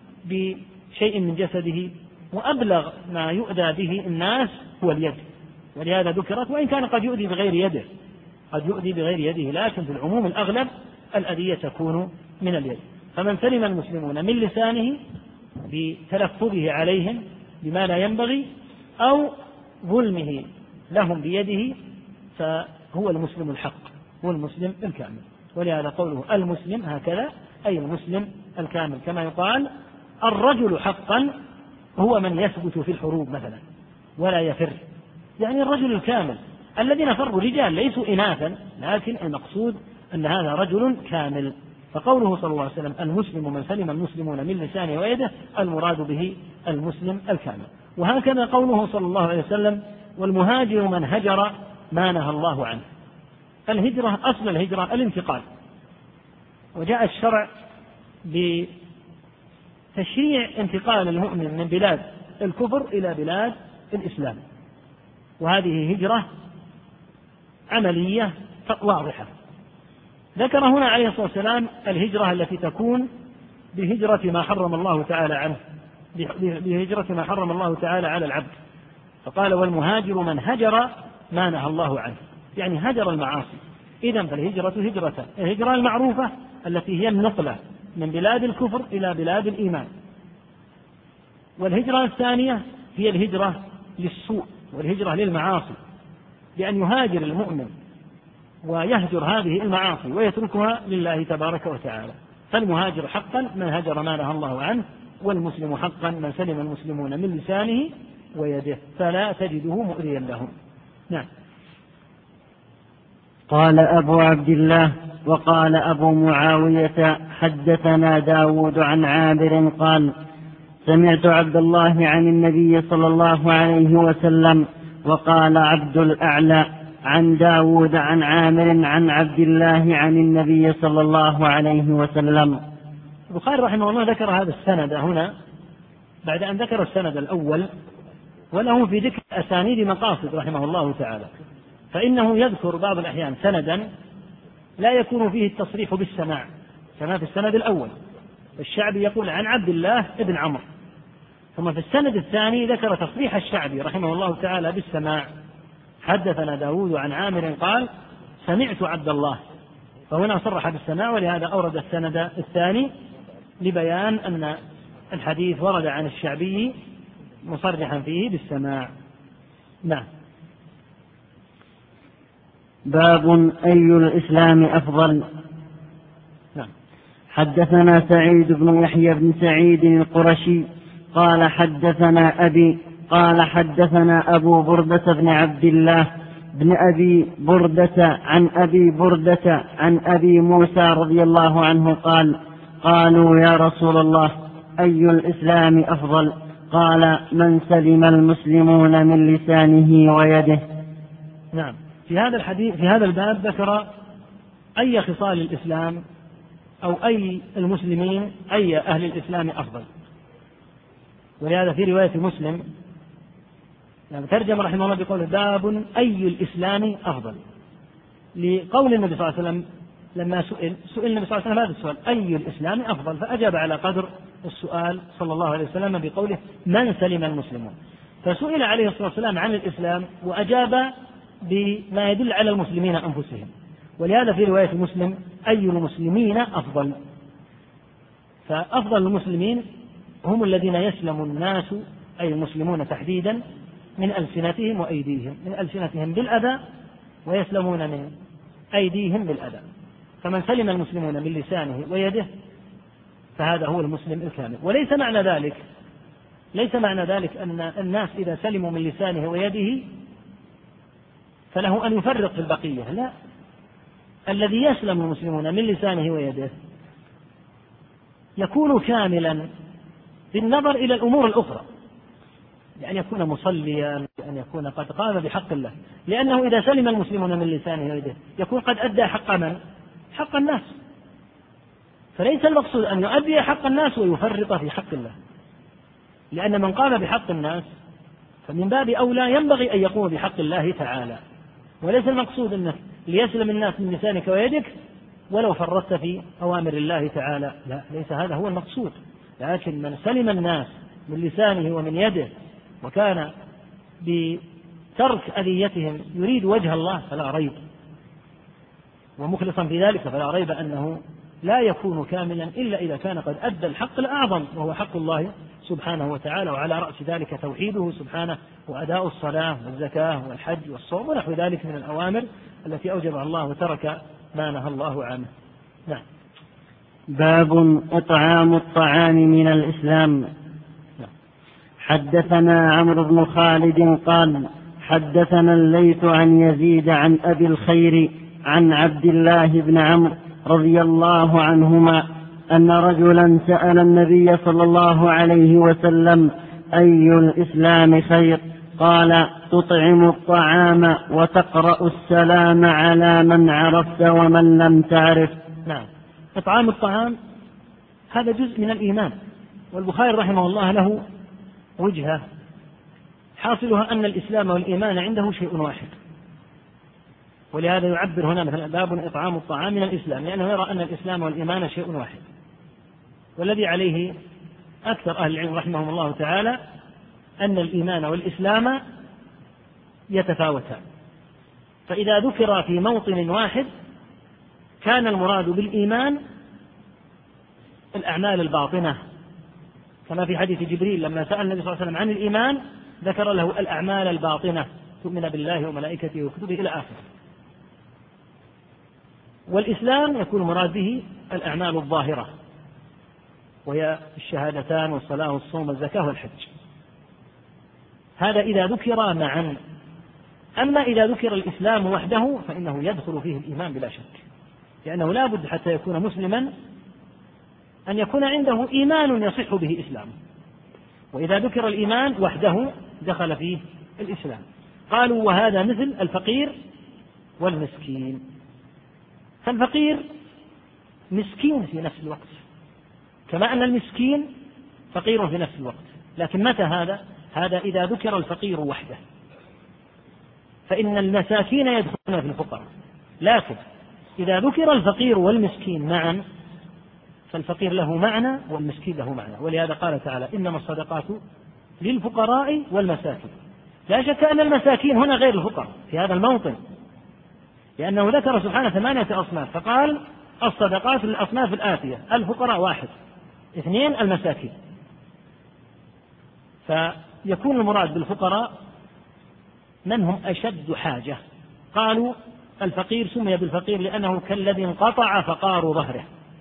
بشيء من جسده، وأبلغ ما يؤذى به الناس هو اليد، ولهذا ذكرت، وإن كان قد يؤذي بغير يده قد يؤذي بغير يده لكن في العموم الأغلب الأذية تكون من اليد. فمن سلم المسلمون من لسانه بتلفظه عليهم بما لا ينبغي أو ظلمه لهم بيده فهو المسلم الحق، هو المسلم الكامل. ولهذا قوله المسلم هكذا أي المسلم الكامل، كما يقال الرجل حقا هو من يثبت في الحروب مثلا ولا يفر، يعني الرجل الكامل. الذين فروا رجال ليسوا إناثا، لكن المقصود أن هذا رجل كامل. فقوله صلى الله عليه وسلم: المسلم من سلم المسلمون من لسانه ويده، المراد به المسلم الكامل. وهكذا قوله صلى الله عليه وسلم: والمهاجر من هجر ما نهى الله عنه. الهجرة أصل الهجرة الانتقال، وجاء الشرع بتشريع انتقال المؤمن من بلاد الكفر إلى بلاد الإسلام، وهذه هجرة عملية واضحة. ذكر هنا عليه الصلاة والسلام الهجرة التي تكون بهجرة ما حرم الله تعالى عنه بهجرة ما حرم الله تعالى على العبد، فقال: والمهاجر من هجر ما نهى الله عنه، يعني هجر المعاصي. إذن فالهجرة هجرتان: الهجرة المعروفة التي هي النقلة من بلاد الكفر إلى بلاد الإيمان، والهجرة الثانية هي الهجرة للسوء والهجرة للمعاصي، بأن يهاجر المؤمن ويهجر هذه المعاصي ويتركها لله تبارك وتعالى. فالمهاجر حقا من هجر ما نهى الله عنه، والمسلم حقا من سلم المسلمون من لسانه ويده، فلا تجده مؤذيا لهم. نعم. قال أبو عبد الله: وقال أبو معاوية: حدثنا داود عن عامر قال: سمعت عبد الله عن النبي صلى الله عليه وسلم. وقال عبد الأعلى عن داود عن عامر عن عبد الله عن النبي صلى الله عليه وسلم. البخاري رحمه الله ذكر هذا السند هنا بعد أن ذكر السند الأول، وله في ذكر أسانيد مقاصد رحمه الله تعالى، فإنه يذكر بعض الأحيان سندا لا يكون فيه التصريح بالسماع كما في السند الأول، الشعبي يقول عن عبد الله ابن عمرو، ثم في السند الثاني ذكر تصريح الشعبي رحمه الله تعالى بالسماع: حدثنا داود عن عامر قال: سمعت عبد الله، فهنا صرح بالسماع، ولهذا أورد السند الثاني لبيان أن الحديث ورد عن الشعبي مصرحا فيه بالسماع. نعم. باب أي الإسلام أفضل. نعم. حدثنا سعيد بن يحيى بن سعيد القرشي قال: حدثنا أبي قال: حدثنا أبو بردة بن عبد الله بن أبي بردة عن أبي بردة عن أبي موسى رضي الله عنه قال: قالوا يا رسول الله أي الإسلام أفضل؟ قال: من سلم المسلمون من لسانه ويده. نعم. في هذا الحديث في هذا الباب ذكر أي خصال الإسلام أو أي المسلمين أي أهل الإسلام أفضل، ولهذا في رواية مسلم يعني ترجم رحمه الله بقول: باب أي الإسلام أفضل، لقول النبي صلى الله عليه وسلم لما سئل سئل النبي صلى الله عليه وسلم هذا السؤال: أي الإسلام أفضل؟ فأجاب على قدر السؤال صلى الله عليه وسلم بقوله من سلم المسلمون، فسئل عليه الصلاة والسلام عن الإسلام وأجاب بما يدل على المسلمين أنفسهم، ولهذا في رواية مسلم أي المسلمين أفضل، فأفضل المسلمين هم الذين يسلم الناس أي المسلمون تحديدا من ألسنتهم وأيديهم، من ألسنتهم بالأذى ويسلمون من أيديهم بالأذى، فمن سلم المسلمون من لسانه ويده فهذا هو المسلم الكامل. وليس معنى ذلك ليس معنى ذلك أن الناس إذا سلموا من لسانه ويده فله أن يفرق في البقية، لا، الذي يسلم المسلمون من لسانه ويده يكون كاملا بالنظر إلى الأمور الأخرى، لأن يكون مصليا، لأن يكون قد قام بحق الله، لأنه إذا سلم المسلمون من لسانه ويده يكون قد أدى حق من؟ حق الناس، فليس المقصود أن يؤدي حق الناس ويفرط في حق الله، لأن من قام بحق الناس فمن باب أولى ينبغي أن يقوم بحق الله تعالى، وليس المقصود أنك ليسلم الناس من لسانك ويدك ولو فرطت في أوامر الله تعالى، لا، ليس هذا هو المقصود، لكن من سلم الناس من لسانه ومن يده وكان بترك أذيتهم يريد وجه الله فلا ريب، ومخلصا في ذلك فلا ريب أنه لا يكون كاملا إلا إذا كان قد أدى الحق الأعظم وهو حق الله سبحانه وتعالى، وعلى رأس ذلك توحيده سبحانه وأداء الصلاة والزكاة والحج والصوم ونحو ذلك من الأوامر التي أوجبها الله وترك ما نهى الله عنه. نعم. باب إطعام الطعام من الإسلام. حدثنا عمرو بن خالد قال حدثنا الليث عن يزيد عن أبي الخير عن عبد الله بن عمرو رضي الله عنهما أن رجلا سأل النبي صلى الله عليه وسلم أي الإسلام خير؟ قال تطعم الطعام وتقرأ السلام على من عرفت ومن لم تعرف. نعم. إطعام الطعام هذا جزء من الإيمان، والبخاري رحمه الله له وجهة حاصلها أن الإسلام والإيمان عنده شيء واحد، ولهذا يعبر هنا مثلا باب إطعام الطعام من الإسلام، لأنه يرى أن الإسلام والإيمان شيء واحد، والذي عليه أكثر أهل العلم رحمهم الله تعالى أن الإيمان والإسلام يتفاوتان، فإذا ذكر في موطن واحد كان المراد بالإيمان الأعمال الباطنة، كما في حديث جبريل لما سأل النبي صلى الله عليه وسلم عن الإيمان ذكر له الأعمال الباطنة، تؤمن بالله وملائكته وكتبه إلى آخره. والإسلام يكون مراد به الأعمال الظاهرة، وهي الشهادتان والصلاة والصوم والزكاة والحج، هذا إذا ذكر معا. أما إذا ذكر الإسلام وحده فإنه يدخل فيه الإيمان بلا شك، لأنه لا بد حتى يكون مسلما أن يكون عنده إيمان يصح به إسلامه، وإذا ذكر الإيمان وحده دخل فيه الإسلام. قالوا وهذا مثل الفقير والمسكين، فالفقير مسكين في نفس الوقت كما أن المسكين فقير في نفس الوقت، لكن متى هذا؟ هذا إذا ذكر الفقير وحده، فإن المساكين يدخلون في الفقراء، لكن إذا ذكر الفقير والمسكين معا فالفقير له معنى والمسكين له معنى، ولهذا قال تعالى إنما الصدقات للفقراء والمساكين. لا شك أن المساكين هنا غير الفقراء في هذا الموطن، لأنه ذكر سبحانه ثمانية أصناف، فقال الصدقات للأصناف الآتية: الفقراء واحد، اثنين المساكين. فيكون المراد بالفقراء من هم أشد حاجة. قالوا الفقير سمي بالفقير لأنه كالذي انقطع فقار ظهره،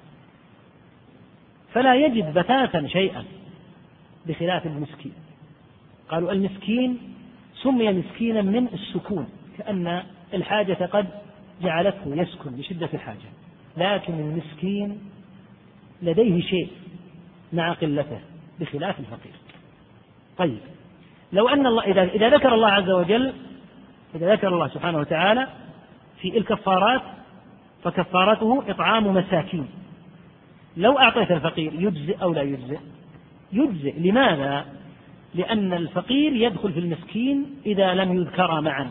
فلا يجد بتاتا شيئا، بخلاف المسكين. قالوا المسكين سمي مسكينا من السكون، كأن الحاجة قد جعلته يسكن بشدة الحاجة، لكن المسكين لديه شيء مع قلته بخلاف الفقير. طيب، لو أن الله إذا, إذا ذكر الله عز وجل إذا ذكر الله سبحانه وتعالى في الكفارات فكفارته إطعام مساكين، لو أعطيت الفقير يجزئ أو لا يجزئ؟ يجزئ. لماذا؟ لأن الفقير يدخل في المسكين إذا لم يذكر معا،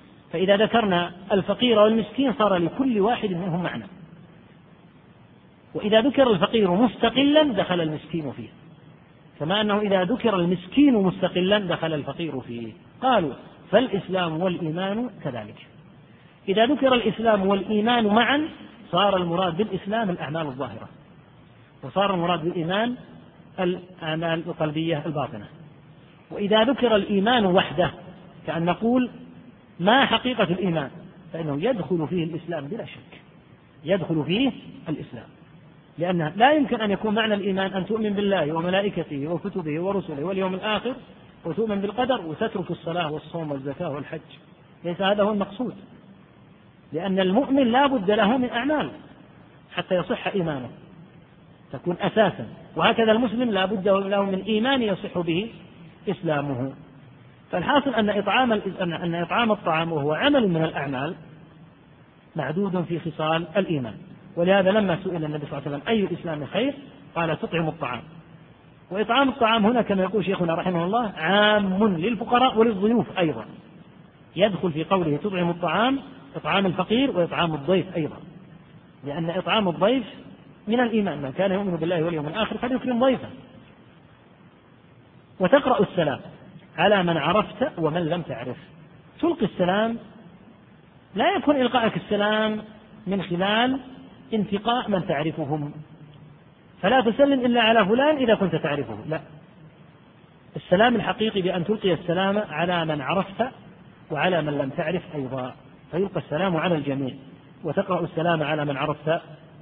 فإذا ذكرنا الفقير والمسكين صار لكل واحد منهم معنى. وإذا ذكر الفقير مستقلا دخل المسكين فيه، كما أنه إذا ذكر المسكين مستقلا دخل الفقير فيه. قالوا فالإسلام والإيمان كذلك، إذا ذكر الإسلام والإيمان معا صار المراد بالإسلام الأعمال الظاهرة، وصار المراد بالإيمان الأعمال القلبية الباطنة. وإذا ذكر الإيمان وحده كأن نقول ما حقيقة الإيمان، فإنه يدخل فيه الإسلام بلا شك، يدخل فيه الإسلام، لأن لا يمكن أن يكون معنى الإيمان أن تؤمن بالله وملائكته وكتبه ورسله واليوم الآخر وتؤمن بالقدر وتترك الصلاة والصوم والزكاة والحج. ليس هذا هو المقصود، لأن المؤمن لا بد له من أعمال حتى يصح إيمانه، تكون أساسا، وهكذا المسلم لا بد له من إيمان يصح به إسلامه. فالحاصل أن إطعام أن إطعام الطعام وهو عمل من الأعمال معدود في خصال الإيمان. ولهذا لما سئل النبي صلى الله عليه وسلم أي الإسلام خير قال تطعم الطعام. وإطعام الطعام هنا كما يقول شيخنا رحمه الله عام للفقراء وللضيوف أيضا، يدخل في قوله تطعم الطعام إطعام الفقير وإطعام الضيف أيضا، لأن إطعام الضيف من الإيمان، من كان يؤمن بالله واليوم الآخر فليكرم ضيفه. وتقرأ السلام على من عرفت ومن لم تعرف. تلقي السلام لا يكون إلقائك السلام من خلال انتقاء من تعرفهم، فلا تسلم إلا على فلان إذا كنت تعرفه، لا، السلام الحقيقي بأن تلقي السلام على من عرفت وعلى من لم تعرف أيضا، فيلقى السلام على الجميع. وتقرأ السلام على من عرفت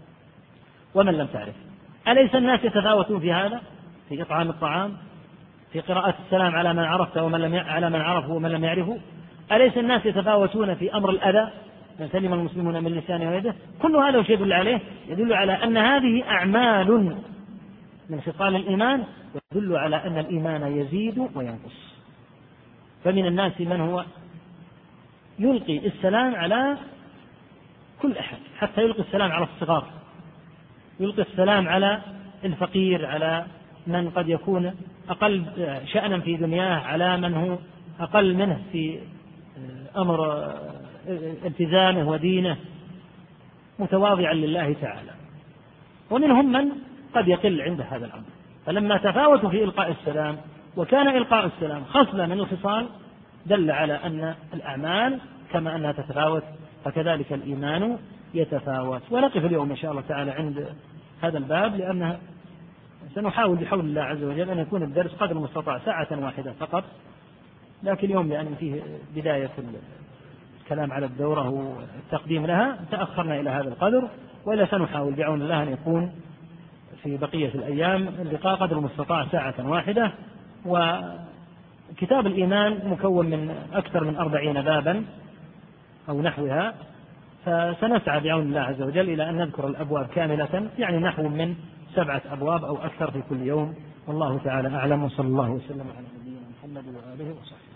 ومن لم تعرف. أليس الناس يتفاوتون في هذا، في إطعام الطعام، في قراءة السلام على من عرفت ومن لم على من عرفه ومن لم يعرفه؟ أليس الناس يتفاوتون في أمر الأذى، من سلم المسلمون من لسانه ويده؟ كل هذا شيء يدل عليه، يدل على أن هذه أعمال من خصال الإيمان، ويدل على أن الإيمان يزيد وينقص. فمن الناس من هو يلقي السلام على كل أحد، حتى يلقي السلام على الصغار، يلقي السلام على الفقير، على من قد يكون أقل شأنا في دنياه، على من هو أقل منه في أمر التزامه ودينه، متواضعا لله تعالى. ومنهم من قد يقل عند هذا الأمر. فلما تفاوتوا في إلقاء السلام وكان إلقاء السلام خصلة من الخصال دل على أن الأعمال كما أنها تتفاوت فكذلك الإيمان يتفاوت. ونقف اليوم إن شاء الله تعالى عند هذا الباب، لأنها سنحاول بحول الله عز وجل أن يكون الدرس قدر المستطاع ساعة واحدة فقط، لكن اليوم لأن فيه بداية الكلام على الدورة والتقديم لها تأخرنا إلى هذا القدر، وإلا سنحاول بعون الله أن يكون في بقية الأيام اللقاء قدر المستطاع ساعة واحدة. وكتاب الإيمان مكون من أكثر من أربعين بابا أو نحوها، فسنسعى بعون الله عز وجل إلى أن نذكر الأبواب كاملة، يعني نحو من سبعة أبواب أو أكثر في كل يوم. والله تعالى أعلم، وصلى الله وسلم على نبينا محمد وآله وصحبه.